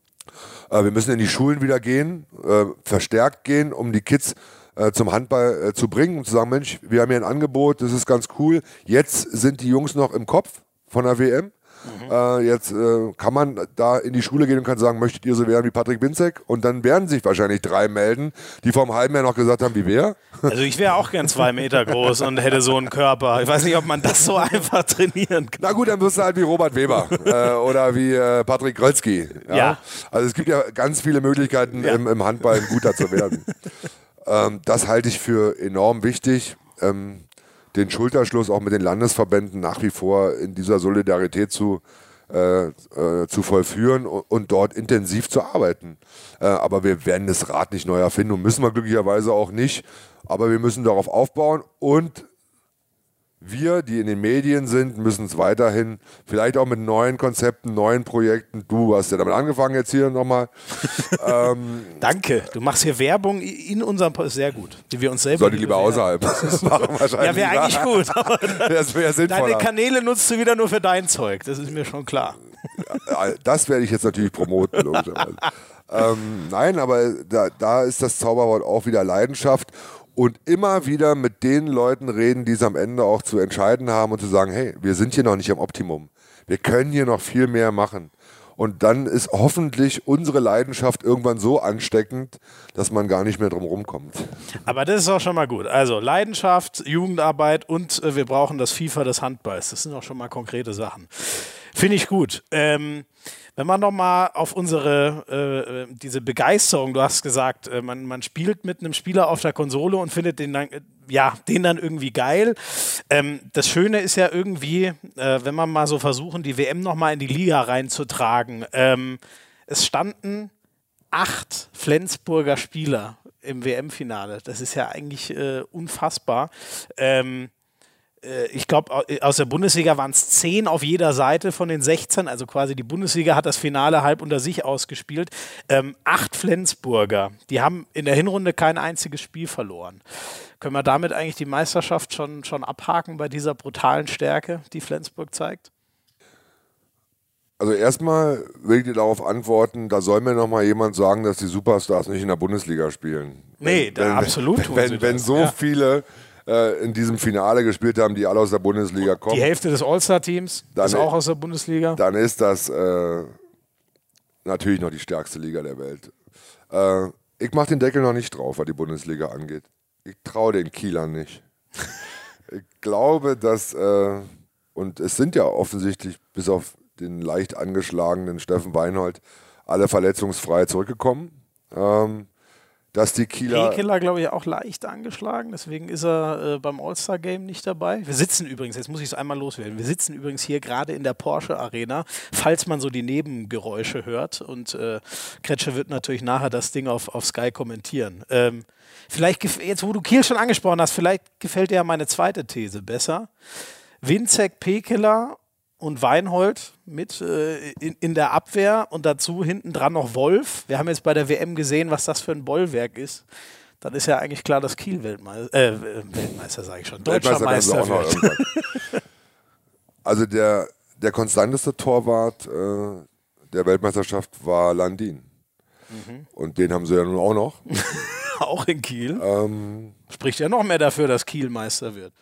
Wir müssen in die Schulen wieder gehen, verstärkt gehen, um die Kids zum Handball zu bringen und zu sagen, Mensch, wir haben hier ein Angebot, das ist ganz cool. Jetzt sind die Jungs noch im Kopf von der WM. Jetzt kann man da in die Schule gehen und kann sagen, möchtet ihr so werden wie Patrick Winzek? Und dann werden sich wahrscheinlich 3 melden, die vor einem halben Jahr noch gesagt haben, wie wer? Also ich wäre auch gern 2 Meter groß und hätte so einen Körper. Ich weiß nicht, ob man das so einfach trainieren kann. Na gut, dann wirst du halt wie Robert Weber oder wie Patrick Grölski. Ja? Also es gibt ja ganz viele Möglichkeiten, im Handball ein guter zu werden. Das halte ich für enorm wichtig. den Schulterschluss auch mit den Landesverbänden nach wie vor in dieser Solidarität zu vollführen und dort intensiv zu arbeiten. Aber wir werden das Rad nicht neu erfinden und müssen wir glücklicherweise auch nicht. Aber wir müssen darauf aufbauen und wir, die in den Medien sind, müssen es weiterhin, vielleicht auch mit neuen Konzepten, neuen Projekten. Du hast ja damit angefangen jetzt hier nochmal. Danke, du machst hier Werbung in unserem Podcast, sehr gut, die wir uns selber sollte lieber außerhalb machen wahrscheinlich. Ja, wäre eigentlich gut. Das wäre sinnvoller. Deine Kanäle nutzt du wieder nur für dein Zeug, das ist mir schon klar. Das werde ich jetzt natürlich promoten, logischerweise. Nein, aber da ist das Zauberwort auch wieder Leidenschaft. Und immer wieder mit den Leuten reden, die es am Ende auch zu entscheiden haben und zu sagen, hey, wir sind hier noch nicht am Optimum. Wir können hier noch viel mehr machen. Und dann ist hoffentlich unsere Leidenschaft irgendwann so ansteckend, dass man gar nicht mehr drum rumkommt. Aber das ist auch schon mal gut. Also Leidenschaft, Jugendarbeit und wir brauchen das FIFA des Handballs. Das sind auch schon mal konkrete Sachen. Finde ich gut. Wenn man nochmal auf diese Begeisterung, du hast gesagt, man spielt mit einem Spieler auf der Konsole und findet den dann irgendwie geil. Das Schöne ist ja irgendwie, wenn man mal so versuchen, die WM nochmal in die Liga reinzutragen. Es standen 8 Flensburger Spieler im WM-Finale. Das ist ja eigentlich unfassbar. Ich glaube, aus der Bundesliga waren es 10 auf jeder Seite von den 16, also quasi die Bundesliga hat das Finale halb unter sich ausgespielt. 8 Flensburger, die haben in der Hinrunde kein einziges Spiel verloren. Können wir damit eigentlich die Meisterschaft schon abhaken bei dieser brutalen Stärke, die Flensburg zeigt? Also erstmal will ich dir darauf antworten, da soll mir noch mal jemand sagen, dass die Superstars nicht in der Bundesliga spielen. Nee, absolut tun sie das. Wenn so viele in diesem Finale gespielt haben, die alle aus der Bundesliga kommen. Die Hälfte des All-Star-Teams ist auch aus der Bundesliga. Dann ist das natürlich noch die stärkste Liga der Welt. Ich mache den Deckel noch nicht drauf, was die Bundesliga angeht. Ich traue den Kielern nicht. Ich glaube, dass, und es sind ja offensichtlich bis auf den leicht angeschlagenen Steffen Weinhold alle verletzungsfrei zurückgekommen. Dass die Kieler... Pekeler, glaube ich, auch leicht angeschlagen, deswegen ist er beim All-Star-Game nicht dabei. Wir sitzen übrigens, jetzt muss ich es einmal loswerden, wir sitzen übrigens hier gerade in der Porsche Arena, falls man so die Nebengeräusche hört und Kretsche wird natürlich nachher das Ding auf Sky kommentieren. Vielleicht, jetzt wo du Kiel schon angesprochen hast, vielleicht gefällt dir ja meine zweite These besser. Winzek, Pekeler und Weinhold mit in der Abwehr und dazu hinten dran noch Wolf. Wir haben jetzt bei der WM gesehen, was das für ein Bollwerk ist. Dann ist ja eigentlich klar, dass Kiel Weltmeister, sage ich schon, deutscher Meister wird. Also der konstanteste Torwart der Weltmeisterschaft war Landin. Und den haben sie ja nun auch noch. Auch in Kiel. Spricht ja noch mehr dafür, dass Kiel Meister wird.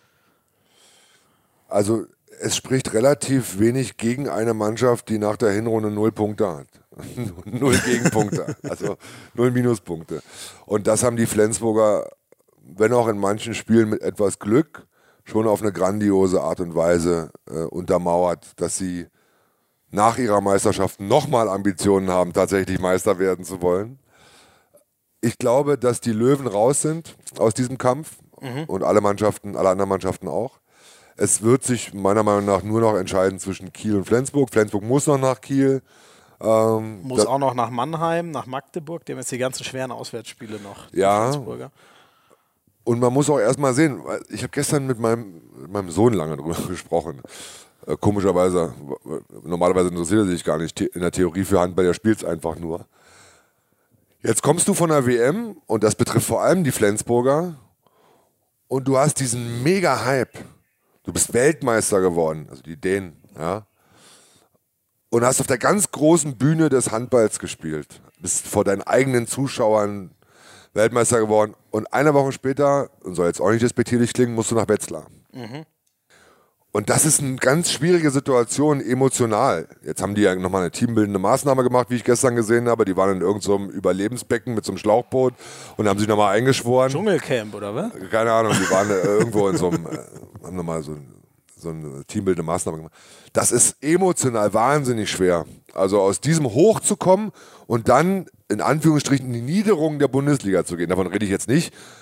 Also es spricht relativ wenig gegen eine Mannschaft, die nach der Hinrunde 0 Punkte hat. 0 Gegenpunkte, also 0 Minuspunkte. Und das haben die Flensburger, wenn auch in manchen Spielen mit etwas Glück, schon auf eine grandiose Art und Weise untermauert, dass sie nach ihrer Meisterschaft nochmal Ambitionen haben, tatsächlich Meister werden zu wollen. Ich glaube, dass die Löwen raus sind aus diesem Kampf und alle anderen Mannschaften auch. Es wird sich meiner Meinung nach nur noch entscheiden zwischen Kiel und Flensburg. Flensburg muss noch nach Kiel. Muss auch noch nach Mannheim, nach Magdeburg. Die haben jetzt die ganzen schweren Auswärtsspiele noch. Ja. Flensburger. Und man muss auch erstmal sehen, ich habe gestern mit meinem Sohn lange drüber gesprochen. Komischerweise, normalerweise interessiert er sich gar nicht in der Theorie für Handball, der spielt es einfach nur. Jetzt kommst du von der WM und das betrifft vor allem die Flensburger und du hast diesen Mega-Hype. Du bist Weltmeister geworden, also die Dänen, ja. Und hast auf der ganz großen Bühne des Handballs gespielt. Bist vor deinen eigenen Zuschauern Weltmeister geworden. Und eine Woche später, und soll jetzt auch nicht despektierlich klingen, musst du nach Wetzlar. Und das ist eine ganz schwierige Situation, emotional. Jetzt haben die ja nochmal eine teambildende Maßnahme gemacht, wie ich gestern gesehen habe. Die waren in irgendeinem Überlebensbecken mit so einem Schlauchboot und haben sich nochmal eingeschworen. Dschungelcamp, oder was? Keine Ahnung, die waren irgendwo in so einem, haben nochmal so eine teambildende Maßnahme gemacht. Das ist emotional wahnsinnig schwer. Also aus diesem Hoch zu kommen und dann in Anführungsstrichen in die Niederung der Bundesliga zu gehen. Davon rede ich jetzt nicht.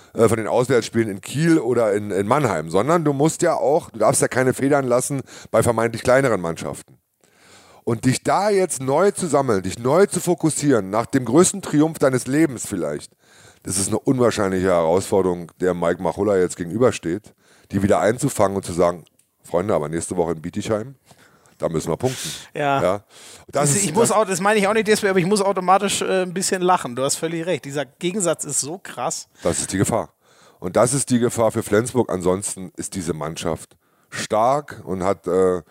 von den Auswärtsspielen in Kiel oder in Mannheim, sondern du darfst ja keine Federn lassen bei vermeintlich kleineren Mannschaften. Und dich da jetzt neu zu sammeln, dich neu zu fokussieren, nach dem größten Triumph deines Lebens vielleicht, das ist eine unwahrscheinliche Herausforderung, der Mike Machulla jetzt gegenübersteht, die wieder einzufangen und zu sagen, Freunde, aber nächste Woche in Bietigheim, da müssen wir punkten. Ja. Das meine ich auch nicht deswegen, aber ich muss automatisch ein bisschen lachen. Du hast völlig recht. Dieser Gegensatz ist so krass. Das ist die Gefahr. Und das ist die Gefahr für Flensburg. Ansonsten ist diese Mannschaft stark und hat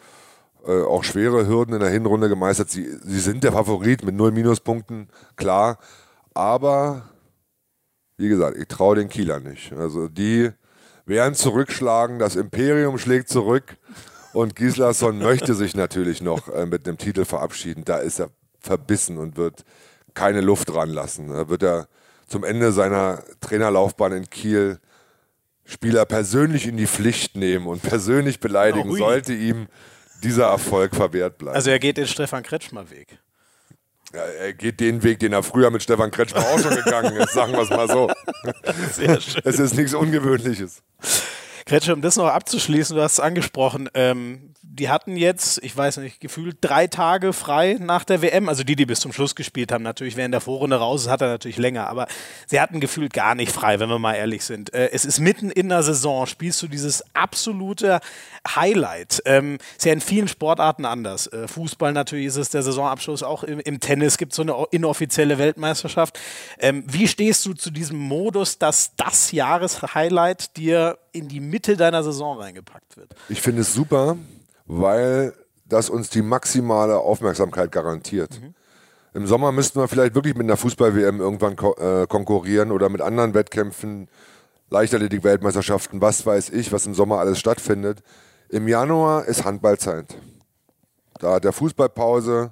auch schwere Hürden in der Hinrunde gemeistert. Sie sind der Favorit mit 0 Minuspunkten, klar. Aber, wie gesagt, ich traue den Kielern nicht. Also die werden zurückschlagen, das Imperium schlägt zurück. Und Gislason möchte sich natürlich noch mit dem Titel verabschieden. Da ist er verbissen und wird keine Luft ranlassen. Da wird er zum Ende seiner Trainerlaufbahn in Kiel Spieler persönlich in die Pflicht nehmen und persönlich beleidigen, sollte ihm dieser Erfolg verwehrt bleiben. Also er geht den Stefan Kretschmer-Weg. Ja, er geht den Weg, den er früher mit Stefan Kretschmer auch schon gegangen ist, sagen wir es mal so. Sehr schön. Es ist nichts Ungewöhnliches. Kretsche, um das noch abzuschließen, du hast es angesprochen, die hatten jetzt, ich weiß nicht, gefühlt 3 Tage frei nach der WM, also die bis zum Schluss gespielt haben, natürlich während der Vorrunde raus, das hat er natürlich länger, aber sie hatten gefühlt gar nicht frei, wenn wir mal ehrlich sind. Es ist mitten in der Saison, spielst du dieses absolute Highlight. Ist ja in vielen Sportarten anders. Fußball natürlich ist es der Saisonabschluss, auch im Tennis gibt es so eine inoffizielle Weltmeisterschaft. Wie stehst du zu diesem Modus, dass das Jahreshighlight dir in die Mitte deiner Saison reingepackt wird? Ich finde es super, weil das uns die maximale Aufmerksamkeit garantiert. Im Sommer müssten wir vielleicht wirklich mit einer Fußball-WM irgendwann konkurrieren oder mit anderen Wettkämpfen, Leichtathletik-Weltmeisterschaften, was weiß ich, was im Sommer alles stattfindet. Im Januar ist Handballzeit. Da hat der Fußballpause,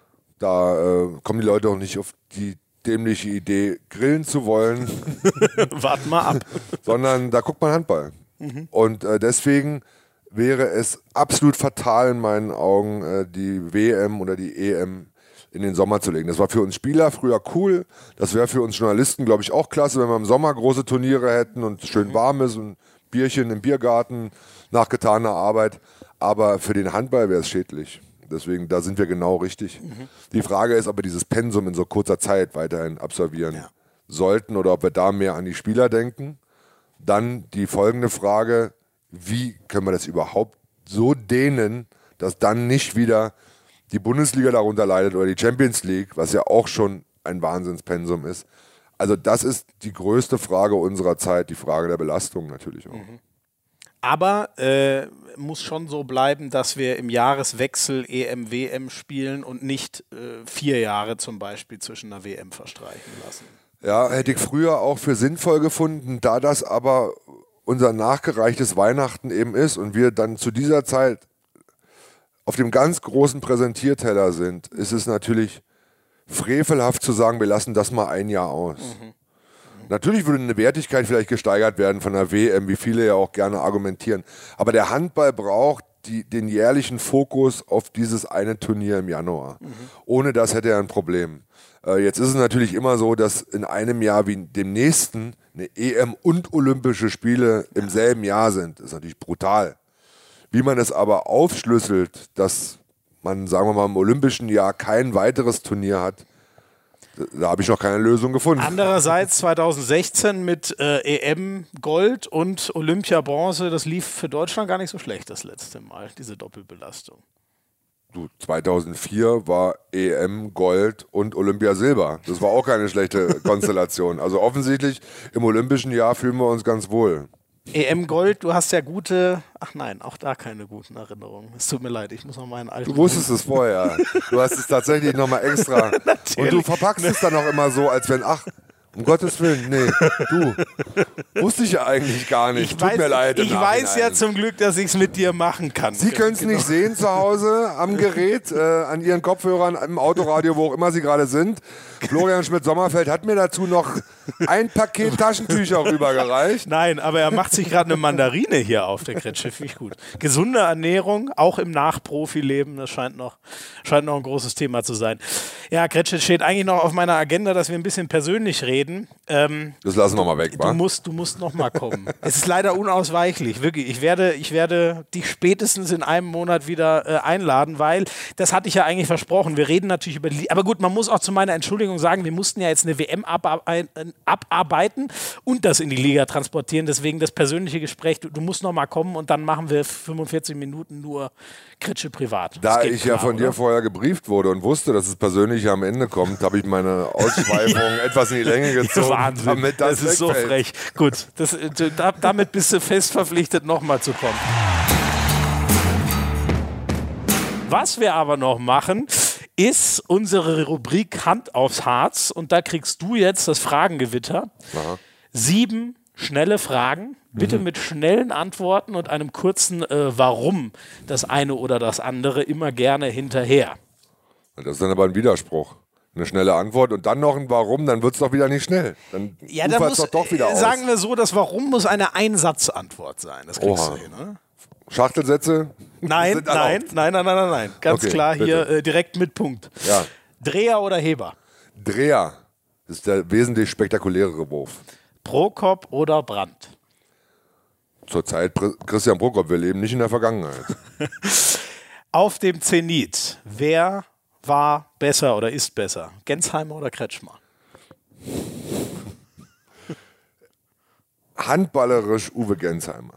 da kommen die Leute auch nicht auf die dämliche Idee, grillen zu wollen. Wart mal ab. Sondern da guckt man Handball. Und deswegen wäre es absolut fatal in meinen Augen, die WM oder die EM in den Sommer zu legen. Das war für uns Spieler früher cool. Das wäre für uns Journalisten, glaube ich, auch klasse, wenn wir im Sommer große Turniere hätten und schön warm ist und Bierchen im Biergarten nach getaner Arbeit. Aber für den Handball wäre es schädlich. Deswegen, da sind wir genau richtig. Die Frage ist, ob wir dieses Pensum in so kurzer Zeit weiterhin absolvieren sollten oder ob wir da mehr an die Spieler denken. Dann die folgende Frage, wie können wir das überhaupt so dehnen, dass dann nicht wieder die Bundesliga darunter leidet oder die Champions League, was ja auch schon ein Wahnsinnspensum ist. Also das ist die größte Frage unserer Zeit, die Frage der Belastung natürlich auch. Aber muss schon so bleiben, dass wir im Jahreswechsel EM, WM spielen und nicht 4 Jahre zum Beispiel zwischen einer WM verstreichen lassen. Ja, hätte ich früher auch für sinnvoll gefunden, da das aber unser nachgereichtes Weihnachten eben ist und wir dann zu dieser Zeit auf dem ganz großen Präsentierteller sind, ist es natürlich frevelhaft zu sagen, wir lassen das mal ein Jahr aus. Natürlich würde eine Wertigkeit vielleicht gesteigert werden von der WM, wie viele ja auch gerne argumentieren. Aber der Handball braucht den jährlichen Fokus auf dieses eine Turnier im Januar. Ohne das hätte er ein Problem. Jetzt ist es natürlich immer so, dass in einem Jahr wie dem nächsten eine EM und Olympische Spiele im selben Jahr sind. Das ist natürlich brutal. Wie man es aber aufschlüsselt, dass man, sagen wir mal, im Olympischen Jahr kein weiteres Turnier hat, da habe ich noch keine Lösung gefunden. Andererseits 2016 mit EM Gold und Olympia Bronze, das lief für Deutschland gar nicht so schlecht das letzte Mal, diese Doppelbelastung. 2004 war EM Gold und Olympia Silber. Das war auch keine schlechte Konstellation. Also offensichtlich im Olympischen Jahr fühlen wir uns ganz wohl. EM Gold, du hast ja ach nein, auch da keine guten Erinnerungen. Es tut mir leid, ich muss noch meinen alten... Du wusstest es vorher. Du hast es tatsächlich nochmal extra. Und du verpackst es dann auch immer so, als wenn, um Gottes Willen, nee, wusste ich ja eigentlich gar nicht. Tut mir leid. Ich weiß ja zum Glück, dass ich es mit dir machen kann. Sie können es nicht sehen zu Hause am Gerät, an Ihren Kopfhörern, im Autoradio, wo auch immer Sie gerade sind. Florian Schmidt-Sommerfeld hat mir dazu noch ein Paket Taschentücher rübergereicht. Nein, aber er macht sich gerade eine Mandarine hier auf, der Kretsche, finde ich gut. Gesunde Ernährung, auch im Nachprofileben, das scheint noch ein großes Thema zu sein. Ja, Kretsche, steht eigentlich noch auf meiner Agenda, dass wir ein bisschen persönlich reden. Das lassen wir mal weg, wa? Du musst noch mal kommen. Es ist leider unausweichlich, wirklich. Ich werde dich spätestens in einem Monat wieder einladen, weil, das hatte ich ja eigentlich versprochen, wir reden natürlich über, aber gut, man muss auch zu meiner Entschuldigung sagen, wir mussten ja jetzt eine WM abarbeiten und das in die Liga transportieren, deswegen das persönliche Gespräch, du musst noch mal kommen und dann machen wir 45 Minuten nur Kretsche privat. Da ich ja von dir vorher gebrieft wurde und wusste, dass es persönlich am Ende kommt, habe ich meine Ausschweifung etwas in die Länge gezogen. Wahnsinn, damit das ist so frech. Gut, damit bist du fest verpflichtet, nochmal zu kommen. Was wir aber noch machen, ist unsere Rubrik Hand aufs Harz. Und da kriegst du jetzt das Fragengewitter. Aha. 7 schnelle Fragen, bitte mit schnellen Antworten und einem kurzen Warum das eine oder das andere immer gerne hinterher. Das ist dann aber ein Widerspruch. Eine schnelle Antwort und dann noch ein Warum, dann wird es doch wieder nicht schnell. Dann Ja, da muss, doch wieder aus. sagen wir so, das Warum muss eine Einsatzantwort sein. Das kriegst du hin, oder? Schachtelsätze? Nein. Ganz Okay, klar hier bitte. direkt mit Punkt. Ja. Dreher oder Heber? Dreher. Das ist der wesentlich spektakulärere Wurf. Prokop oder Brandt? Zurzeit Christian Prokop, wir leben nicht in der Vergangenheit. Auf dem Zenit, wer war besser oder ist besser? Gensheimer oder Kretschmer? Handballerisch Uwe Gensheimer.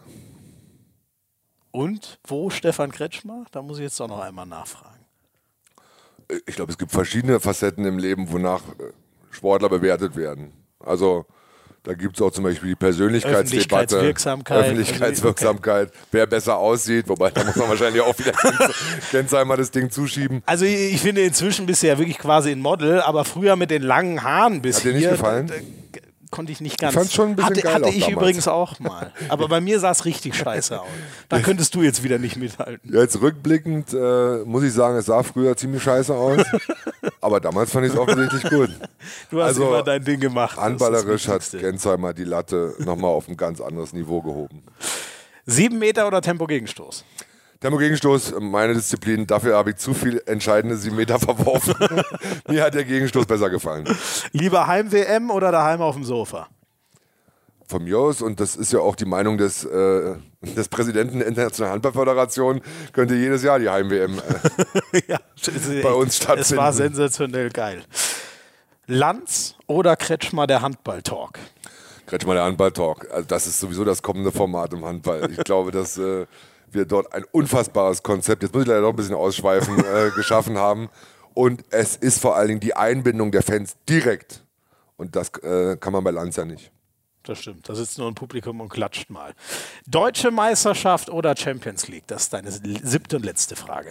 Und wo Stefan Kretschmer? Da muss ich jetzt doch noch einmal nachfragen. Ich glaube, es gibt verschiedene Facetten im Leben, wonach Sportler bewertet werden. Also da gibt es auch zum Beispiel die Persönlichkeitsdebatte, Öffentlichkeitswirksamkeit, wer besser aussieht, wobei da muss man wahrscheinlich auch wieder Gensheimer das Ding zuschieben. Also ich finde, inzwischen bist du ja wirklich quasi ein Model, aber früher mit den langen Haaren bis hier. Hat dir nicht gefallen? Konnte ich nicht ganz. Ich fand's schon ein bisschen geil hatte ich damals. Übrigens auch mal. Aber bei mir sah es richtig scheiße aus. Da könntest du jetzt wieder nicht mithalten. Jetzt rückblickend muss ich sagen, es sah früher ziemlich scheiße aus. Aber damals fand ich es offensichtlich gut. Du hast immer dein Ding gemacht. Handballerisch hat Gensheimer die Latte nochmal auf ein ganz anderes Niveau gehoben. 7 Meter oder Tempo-Gegenstoß? Tempo-Gegenstoß, meine Disziplin, dafür habe ich zu viel entscheidende 7 Meter verworfen. Mir hat der Gegenstoß besser gefallen. Lieber Heim-WM oder daheim auf dem Sofa? Von mir aus, und das ist ja auch die Meinung des Präsidenten der Internationalen Handballföderation, könnte jedes Jahr die Heim-WM ja, bei uns stattfinden. Es war sensationell geil. Lanz oder Kretschmer der Handball-Talk? Kretschmer der Handball-Talk. Also das ist sowieso das kommende Format im Handball. Ich glaube, dass wir dort ein unfassbares Konzept, jetzt muss ich leider noch ein bisschen ausschweifen, geschaffen haben. Und es ist vor allen Dingen die Einbindung der Fans direkt. Und das kann man bei Lanz ja nicht. Das stimmt, da sitzt nur ein Publikum und klatscht mal. Deutsche Meisterschaft oder Champions League? Das ist deine 7. und letzte Frage.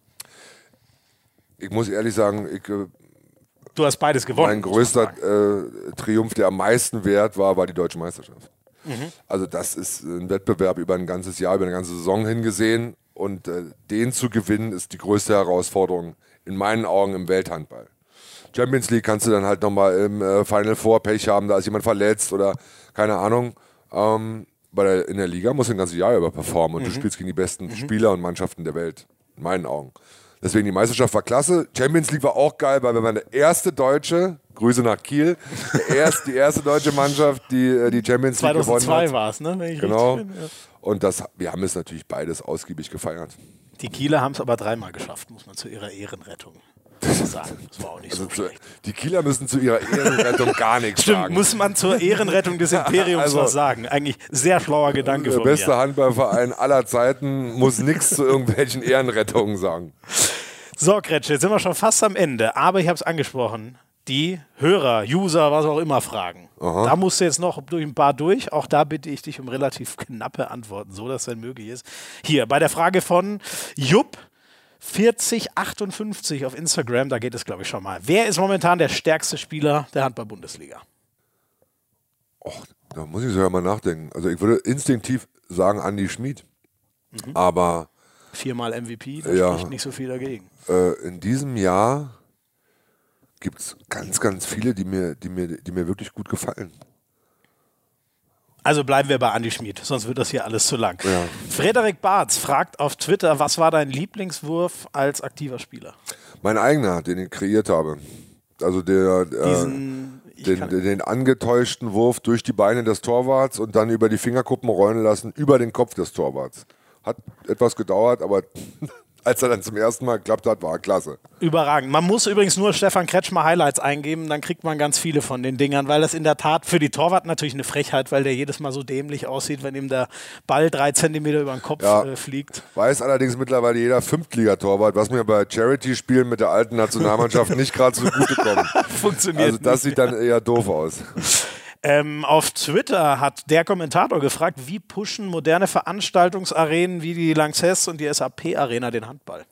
Ich muss ehrlich sagen, du hast beides gewonnen. Mein größter Triumph, der am meisten wert war die Deutsche Meisterschaft. Also das ist ein Wettbewerb über ein ganzes Jahr, über eine ganze Saison hingesehen. Und den zu gewinnen, ist die größte Herausforderung in meinen Augen im Welthandball. Champions League kannst du dann halt nochmal im Final Four Pech haben, da ist jemand verletzt oder keine Ahnung. In der Liga musst du ein ganzes Jahr über performen und du spielst gegen die besten Spieler und Mannschaften der Welt, in meinen Augen. Deswegen die Meisterschaft war klasse. Champions League war auch geil, weil wir waren der erste Deutsche, Grüße nach Kiel, die erste deutsche Mannschaft, die Champions League gewonnen hat. 2002 war es, ne? Wenn ich genau. Richtig bin, ja. Und wir haben es natürlich beides ausgiebig gefeiert. Die Kieler haben es aber 3-mal geschafft, muss man zu ihrer Ehrenrettung sagen. Das war auch nicht so schlecht. Die Kieler müssen zu ihrer Ehrenrettung gar nichts sagen. Stimmt, muss man zur Ehrenrettung des Imperiums was sagen. Eigentlich sehr schlauer Gedanke von mir. Der beste Handballverein aller Zeiten muss nichts zu irgendwelchen Ehrenrettungen sagen. So, Kretsche, jetzt sind wir schon fast am Ende. Aber ich habe es angesprochen. Die Hörer, User, was auch immer fragen. Aha. Da musst du jetzt noch durch ein paar durch. Auch da bitte ich dich um relativ knappe Antworten, so dass es dann möglich ist. Hier, bei der Frage von Jupp 4058 auf Instagram, da geht es, glaube ich, schon mal. Wer ist momentan der stärkste Spieler der Handball-Bundesliga? Och, da muss ich sogar mal nachdenken. Also ich würde instinktiv sagen Andi Schmid. Aber 4-mal MVP, da spricht nicht so viel dagegen. In diesem Jahr gibt es ganz, ganz viele, die mir wirklich gut gefallen. Also bleiben wir bei Andi Schmid, sonst wird das hier alles zu lang. Ja. Frederik Barth fragt auf Twitter, was war dein Lieblingswurf als aktiver Spieler? Mein eigener, den ich kreiert habe. Also den angetäuschten Wurf durch die Beine des Torwarts und dann über die Fingerkuppen rollen lassen, über den Kopf des Torwarts. Hat etwas gedauert, aber als er dann zum ersten Mal geklappt hat, war er klasse. Überragend. Man muss übrigens nur Stefan Kretschmer Highlights eingeben, dann kriegt man ganz viele von den Dingern, weil das in der Tat für die Torwart natürlich eine Frechheit, weil der jedes Mal so dämlich aussieht, wenn ihm der Ball 3 Zentimeter über den Kopf fliegt. Weiß allerdings mittlerweile jeder Fünftligatorwart, was mir bei Charity-Spielen mit der alten Nationalmannschaft nicht gerade zugutekommt. Funktioniert Also das sieht dann eher doof aus. Auf Twitter hat der Kommentator gefragt, wie pushen moderne Veranstaltungsarenen wie die Lanxess und die SAP-Arena den Handball?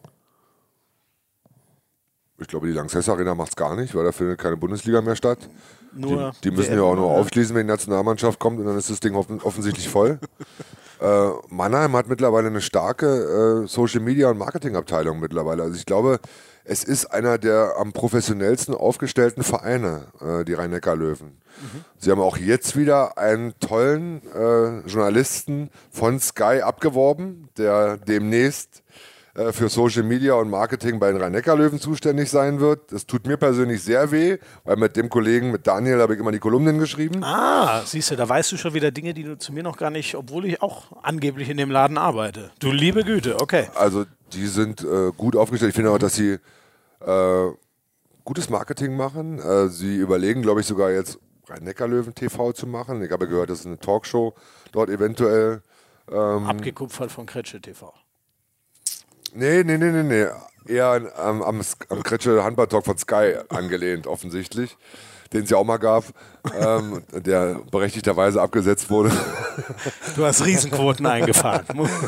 Ich glaube, die Lanxess Arena macht es gar nicht, weil da findet keine Bundesliga mehr statt. Die müssen WM, ja auch nur aufschließen, wenn die Nationalmannschaft kommt und dann ist das Ding offensichtlich voll. Mannheim hat mittlerweile eine starke Social-Media- und Marketingabteilung mittlerweile. Also ich glaube, es ist einer der am professionellsten aufgestellten Vereine, die Rhein-Neckar-Löwen. Sie haben auch jetzt wieder einen tollen Journalisten von Sky abgeworben, der demnächst für Social Media und Marketing bei den Rhein-Neckar-Löwen zuständig sein wird. Das tut mir persönlich sehr weh, weil mit dem Kollegen, mit Daniel, habe ich immer die Kolumnen geschrieben. Ah, siehst du, da weißt du schon wieder Dinge, die du zu mir noch gar nicht, obwohl ich auch angeblich in dem Laden arbeite. Du liebe Güte, okay. Also die sind gut aufgestellt. Ich finde auch, dass sie gutes Marketing machen. Sie überlegen, glaube ich, sogar jetzt Rhein-Neckar-Löwen TV zu machen. Ich habe gehört, dass eine Talkshow dort eventuell abgekupfert von Kretsche TV. Nee. Eher am Kretsche Handball-Talk von Sky angelehnt, offensichtlich. Den es ja auch mal gab, der berechtigterweise abgesetzt wurde. Du hast Riesenquoten eingefahren.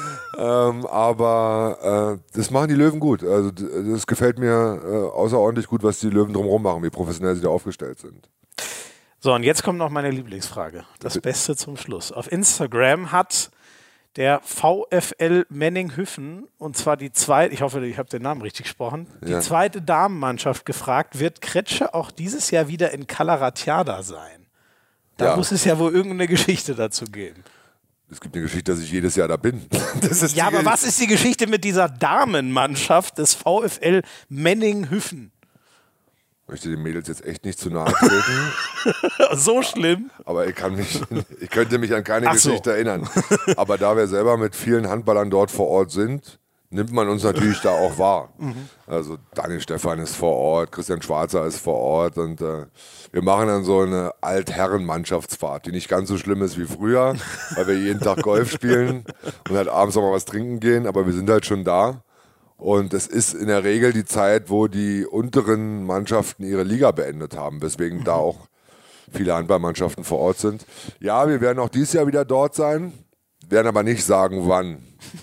Aber das machen die Löwen gut. Also das gefällt mir außerordentlich gut, was die Löwen drumherum machen, wie professionell sie da aufgestellt sind. So, und jetzt kommt noch meine Lieblingsfrage. Das Beste zum Schluss. Auf Instagram hat der VfL Menninghüffen, und zwar die zweite, ich hoffe, ich habe den Namen richtig gesprochen, die zweite Damenmannschaft gefragt, wird Kretsche auch dieses Jahr wieder in Kalaratjada sein? Da muss es ja wohl irgendeine Geschichte dazu geben. Es gibt eine Geschichte, dass ich jedes Jahr da bin. Ja, aber was ist die Geschichte mit dieser Damenmannschaft des VfL Menninghüffen? Ich möchte den Mädels jetzt echt nicht zu nahe treten. So schlimm? Aber ich könnte mich an keine Geschichte erinnern. Aber da wir selber mit vielen Handballern dort vor Ort sind, nimmt man uns natürlich da auch wahr. Also Daniel Stephan ist vor Ort, Christian Schwarzer ist vor Ort und wir machen dann so eine Altherren-Mannschaftsfahrt, die nicht ganz so schlimm ist wie früher, weil wir jeden Tag Golf spielen und halt abends auch mal was trinken gehen, aber wir sind halt schon da. Und es ist in der Regel die Zeit, wo die unteren Mannschaften ihre Liga beendet haben, weswegen da auch viele Handballmannschaften vor Ort sind. Ja, wir werden auch dieses Jahr wieder dort sein, werden aber nicht sagen, wann.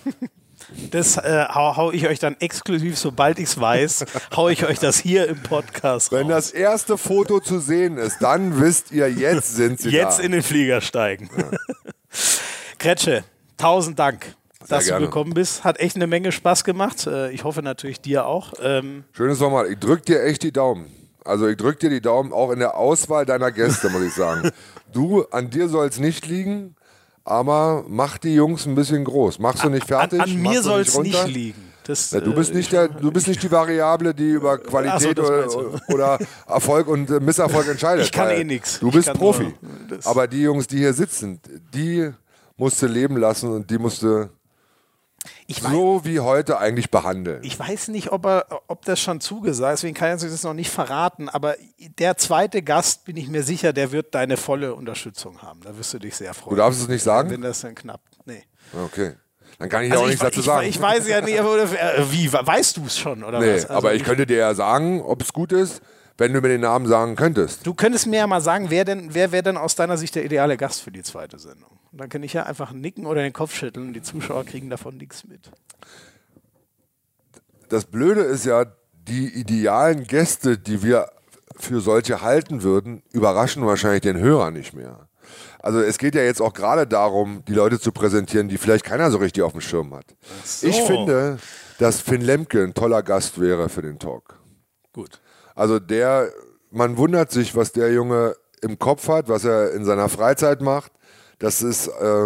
Das hau ich euch dann exklusiv, sobald ich es weiß, hau ich euch das hier im Podcast raus. Wenn das erste Foto zu sehen ist, dann wisst ihr, jetzt sind sie jetzt da. In den Flieger steigen. Ja. Kretsche, 1000 Dank. Dass du gekommen bist. Hat echt eine Menge Spaß gemacht. Ich hoffe natürlich dir auch. Schönes Format. Ich drück dir echt die Daumen. Also ich drück dir die Daumen auch in der Auswahl deiner Gäste, muss ich sagen. An dir soll es nicht liegen, aber mach die Jungs ein bisschen groß. Machst du nicht fertig? An mir soll es nicht liegen. Das, du bist nicht die Variable, die über Qualität oder Erfolg und Misserfolg entscheidet. Ich kann eh nichts. Du bist Profi. Aber die Jungs, die hier sitzen, die musst du leben lassen und die musst du so wie heute eigentlich behandeln. Ich weiß nicht, ob das schon zugesagt ist, deswegen kann ich das noch nicht verraten, aber der zweite Gast, bin ich mir sicher, der wird deine volle Unterstützung haben. Da wirst du dich sehr freuen. Du darfst es nicht sagen? Wenn das dann knappt. Nee. Okay. Dann kann ich auch nichts dazu sagen. Ich weiß ja nicht, wie, weißt du es schon? Oder was? Also aber ich könnte dir ja sagen, ob es gut ist, wenn du mir den Namen sagen könntest. Du könntest mir ja mal sagen, wer wäre denn aus deiner Sicht der ideale Gast für die zweite Sendung? Und dann kann ich ja einfach nicken oder den Kopf schütteln und die Zuschauer kriegen davon nichts mit. Das Blöde ist ja, die idealen Gäste, die wir für solche halten würden, überraschen wahrscheinlich den Hörer nicht mehr. Also es geht ja jetzt auch gerade darum, die Leute zu präsentieren, die vielleicht keiner so richtig auf dem Schirm hat. So. Ich finde, dass Finn Lemke ein toller Gast wäre für den Talk. Gut. Also man wundert sich, was der Junge im Kopf hat, was er in seiner Freizeit macht. Das ist,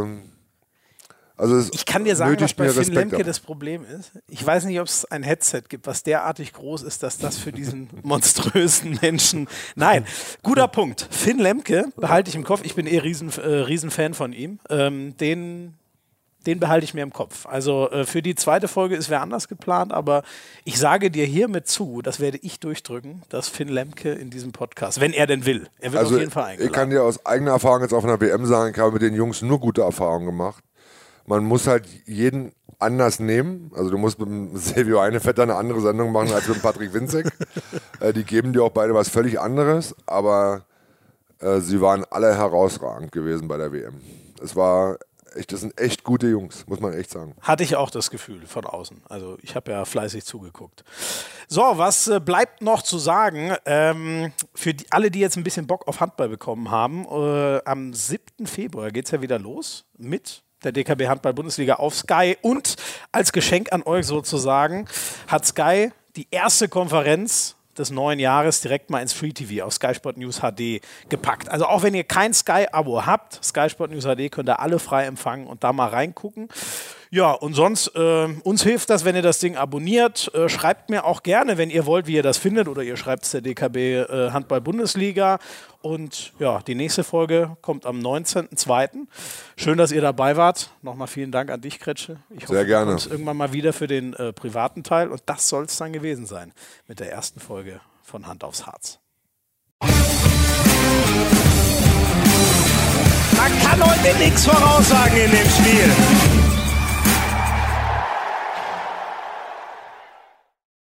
also ich kann dir sagen, was bei Finn Lemke ab. das Problem ist. Ich weiß nicht, ob es ein Headset gibt, was derartig groß ist, dass das für diesen monströsen Menschen... Nein, guter Punkt. Finn Lemke behalte ich im Kopf. Ich bin Riesenfan von ihm. Den behalte ich mir im Kopf. Also für die zweite Folge ist wer anders geplant, aber ich sage dir hiermit zu, das werde ich durchdrücken, dass Finn Lemke in diesem Podcast, wenn er denn will, er wird also auf jeden Fall eingeladen. Ich kann dir aus eigener Erfahrung jetzt auf einer WM sagen, ich habe mit den Jungs nur gute Erfahrungen gemacht. Man muss halt jeden anders nehmen. Also du musst mit dem Silvio Einevetter eine andere Sendung machen als mit dem Patrick Winzig. Die geben dir auch beide was völlig anderes, aber sie waren alle herausragend gewesen bei der WM. Das sind echt gute Jungs, muss man echt sagen. Hatte ich auch das Gefühl von außen. Also ich habe ja fleißig zugeguckt. So, was bleibt noch zu sagen? Für alle, die jetzt ein bisschen Bock auf Handball bekommen haben, am 7. Februar geht es ja wieder los mit der DKB Handball-Bundesliga auf Sky. Und als Geschenk an euch sozusagen hat Sky die erste Konferenz des neuen Jahres direkt mal ins Free TV auf Sky Sport News HD gepackt. Also auch wenn ihr kein Sky-Abo habt, Sky Sport News HD könnt ihr alle frei empfangen und da mal reingucken. Ja, und sonst, uns hilft das, wenn ihr das Ding abonniert. Schreibt mir auch gerne, wenn ihr wollt, wie ihr das findet, oder ihr schreibt es der DKB Handball-Bundesliga. Und ja, die nächste Folge kommt am 19.02. Schön, dass ihr dabei wart. Nochmal vielen Dank an dich, Kretsche. Ich hoffe, sehr gerne. Du kommst irgendwann mal wieder für den privaten Teil. Und das soll es dann gewesen sein mit der ersten Folge von Hand aufs Harz. Man kann heute nichts voraussagen in dem Spiel.